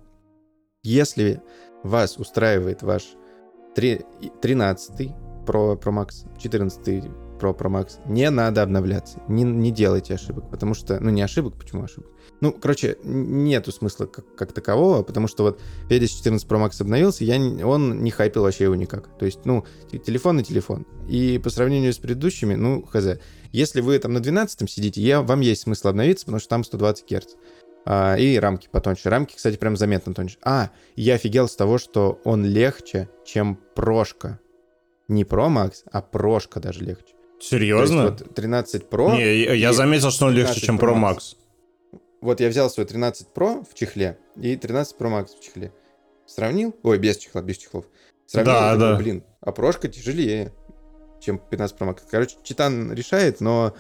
если вас устраивает ваш три- тринадцатый Pro, Pro Max, четырнадцатый Pro, Pro Max, не надо обновляться. Не, не делайте ошибок, потому что... Ну, не ошибок, почему ошибок? Ну, короче, н- нету смысла как, как такового, потому что вот Федя с четырнадцать Pro Max обновился, я, не- он не хайпил вообще его никак. То есть, ну, т- телефон и телефон. И по сравнению с предыдущими, ну, хз. Если вы там на двенадцатом сидите, я, вам есть смысл обновиться, потому что там сто двадцать герц. А, и рамки потоньше. Рамки, кстати, прям заметно тоньше. А, я офигел с того, что он легче, чем прошка. Не Pro Max, а прошка даже легче. Серьезно? То есть вот тринадцать Pro... Не, я, я и заметил, что он легче, пятнадцать чем Pro Max. Вот я взял свой тринадцать Pro в чехле и тринадцать Pro Max в чехле. Сравнил... Ой, без чехла, без чехлов. Сравнил, Да, и такой, да. блин, а прошка тяжелее, чем пятнадцать Pro Max. Короче, Титан решает, но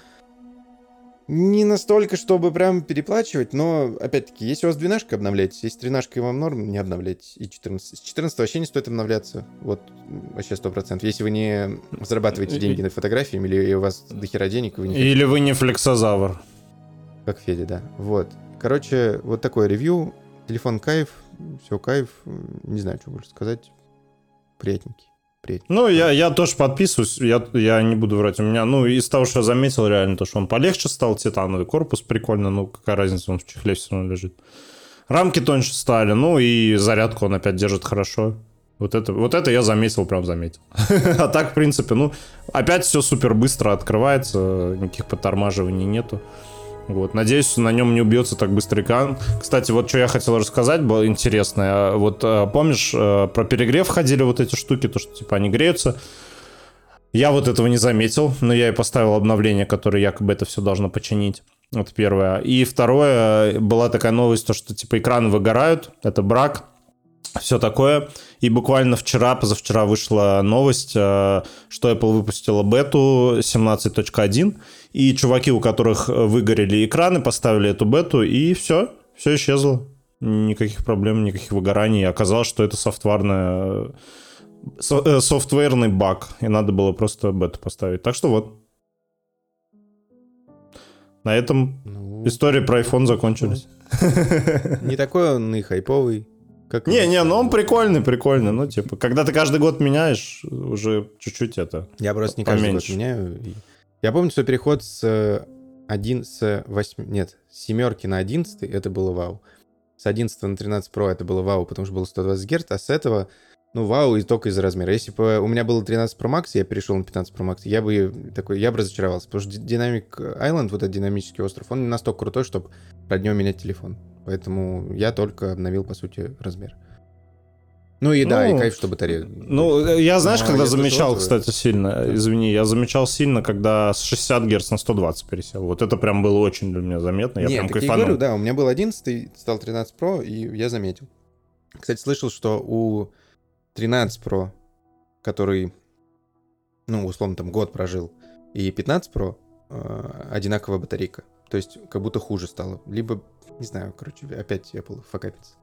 не настолько, чтобы прям переплачивать, но, опять-таки, если у вас двенашка, обновляйтесь. Если тринашка и вам норм, не обновляйтесь. И четырнадцать. С четырнадцать вообще не стоит обновляться. Вот, вообще сто процентов. Если вы не зарабатываете деньги на фотографии, или у вас дохера денег, вы не хотите... Или вы не флексозавр. Как Федя, да. Вот. Короче, вот такое ревью. Телефон кайф, все кайф. Не знаю, что больше сказать. Приятненький. Приятненький. Ну, я, я тоже подписываюсь, я, я не буду врать. У меня, ну, из того, что я заметил, реально, то, что он полегче стал, титановый корпус прикольно, ну, какая разница, он в чехле все равно лежит. Рамки тоньше стали, ну, и зарядку он опять держит хорошо. Вот это, вот это я заметил, прям заметил. А так, в принципе, ну, опять все супер быстро открывается, никаких подтормаживаний нету. Вот, надеюсь, на нем не убьется так быстро экран. Кстати, вот что я хотел рассказать, было интересное. Вот помнишь, про перегрев ходили вот эти штуки, то, что типа они греются. Я вот этого не заметил, но я и поставил обновление, которое якобы это все должно починить. Это первое. И второе, была такая новость, то, что типа экраны выгорают, это брак. все такое. И буквально вчера, позавчера вышла новость, что Apple выпустила бету семнадцать точка один, и чуваки, у которых выгорели экраны, поставили эту бету, и все, все исчезло. Никаких проблем, никаких выгораний. Оказалось, что это софтварная, софтверный баг, и надо было просто бету поставить. Так что вот. На этом Ну, истории про iPhone закончились. не такой он и хайповый. Как Не-не, ну он прикольный, прикольный. Ну, типа, когда ты каждый год меняешь, уже чуть-чуть это... Я просто не каждый год поменьше. меняю. И- Я помню, что переход с один, с восьми, нет, с семерки на одиннадцатый, это было вау. С одиннадцатого на тринадцать Pro это было вау, потому что было сто двадцать Гц, а с этого, ну, вау, и только из-за размера. Если бы у меня было тринадцать Pro Max, я перешел на пятнадцать Pro Max, я бы такой, я бы разочаровался, потому что Dynamic Island, вот этот динамический остров, он не настолько крутой, чтобы под него менять телефон. Поэтому я только обновил, по сути, размер. Ну и да, Ну, и кайф, что батарея. Ну, я, знаешь, Но когда я слышал замечал, отзывы. кстати, сильно, извини, я замечал сильно, когда с шестидесяти Гц на сто двадцать пересел. Вот это прям было очень для меня заметно. Я Нет, прям так я и кайфанул. говорю, да, у меня был одиннадцатый, стал тринадцать Pro, и я заметил. Кстати, слышал, что у тринадцать Pro, который, ну, условно, там год прожил, и пятнадцать Pro э, одинаковая батарейка. То есть как будто хуже стало. Либо, не знаю, короче, опять Apple факапится.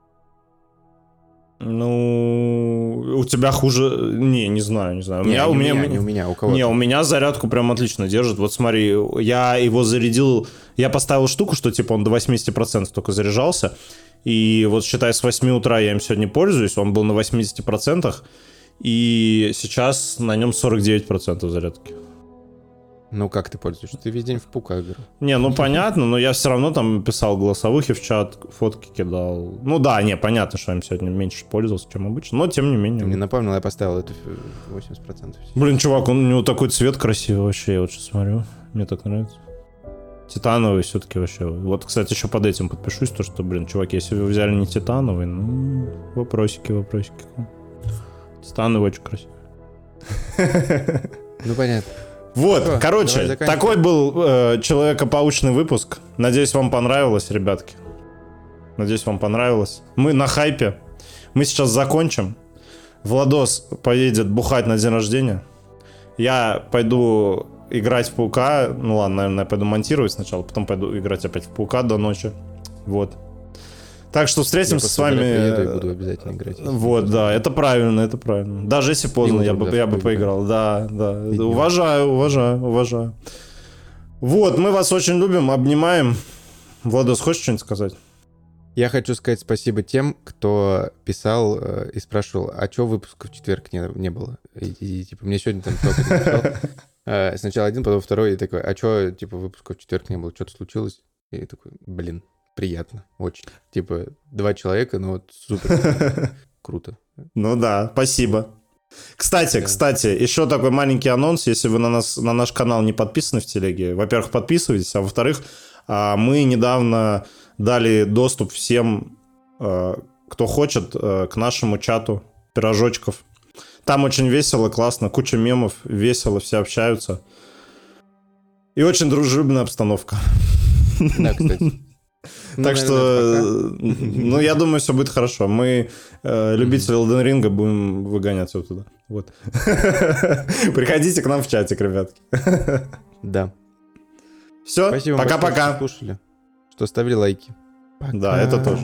Ну, у тебя хуже... Не, не знаю, не знаю. У Не, меня, не у меня, не у меня, у кого-то. Не, у меня зарядку прям отлично держит. Вот смотри, я его зарядил... Я поставил штуку, что типа он до восемьдесят процентов только заряжался. И вот считай, с восьми утра я им сегодня пользуюсь. Он был на восемьдесят процентов. И сейчас на нем сорок девять процентов зарядки. Ну, как ты пользуешься? Ты весь день в пуках, говорю. Не, ну понятно, но я все равно там писал голосовухи в чат, фотки кидал. Ну да, не, понятно, что я им сегодня меньше пользовался, чем обычно, но тем не менее. Ты мне напомнил, я поставил эту восемьдесят процентов. Блин, чувак, он, у него такой цвет красивый вообще, я вот сейчас смотрю, мне так нравится. Титановый все-таки вообще. Вот, кстати, еще под этим подпишусь, то что, блин, чуваки, если вы взяли не титановый, ну, вопросики, вопросики. Титановый очень красивый. Ну, понятно. Вот, Что, короче, давай заканчивай. такой был э, Человека-паучный выпуск. Надеюсь, вам понравилось, ребятки. Надеюсь, вам понравилось. Мы на хайпе. Мы сейчас закончим. Владос поедет бухать на день рождения. Я пойду играть в Паука. Ну ладно, наверное, я пойду монтировать сначала, потом пойду играть опять в Паука до ночи. Вот. Так что встретимся Я с после вами. приеду и буду обязательно играть. Вот, да, это правильно, это правильно. Даже если поздно, И я утром бы, я завтра бы поиграл. Да, да. И днем. Уважаю, уважаю, уважаю. Вот, мы вас очень любим, обнимаем. Владос, хочешь что-нибудь сказать? Я хочу сказать спасибо тем, кто писал э, и спрашивал, а чё выпуска в четверг не, не было? И, и, типа, мне сегодня там только написал. Э, сначала один, потом второй, и такой, а чё, типа, выпуска в четверг не было? Что-то случилось? И я такой, блин, приятно, очень. Типа, два человека, ну вот супер круто. Ну да, спасибо. Кстати, Да. кстати, еще такой маленький анонс, если вы на нас, на наш канал не подписаны в телеге, во-первых, подписывайтесь, а во-вторых, а, мы недавно дали доступ всем, э, кто хочет, э, к нашему чату пирожочков. Там очень весело, классно, куча мемов, весело, все общаются. И очень дружелюбная обстановка. Да, кстати. Ну, Так наверное, что, ну, я думаю, все будет хорошо. Мы, э, любители Elden Ring, будем выгоняться вот туда. Вот. Приходите к нам в чатик, ребятки. пока. Да. Все, Спасибо вам большое, пока-пока. что слушали, что ставили лайки. Да, это тоже.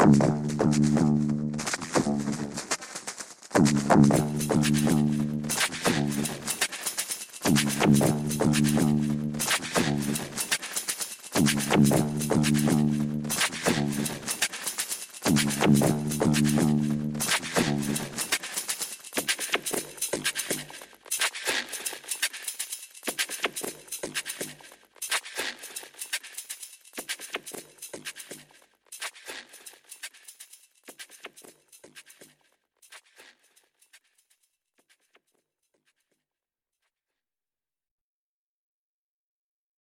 Thank you.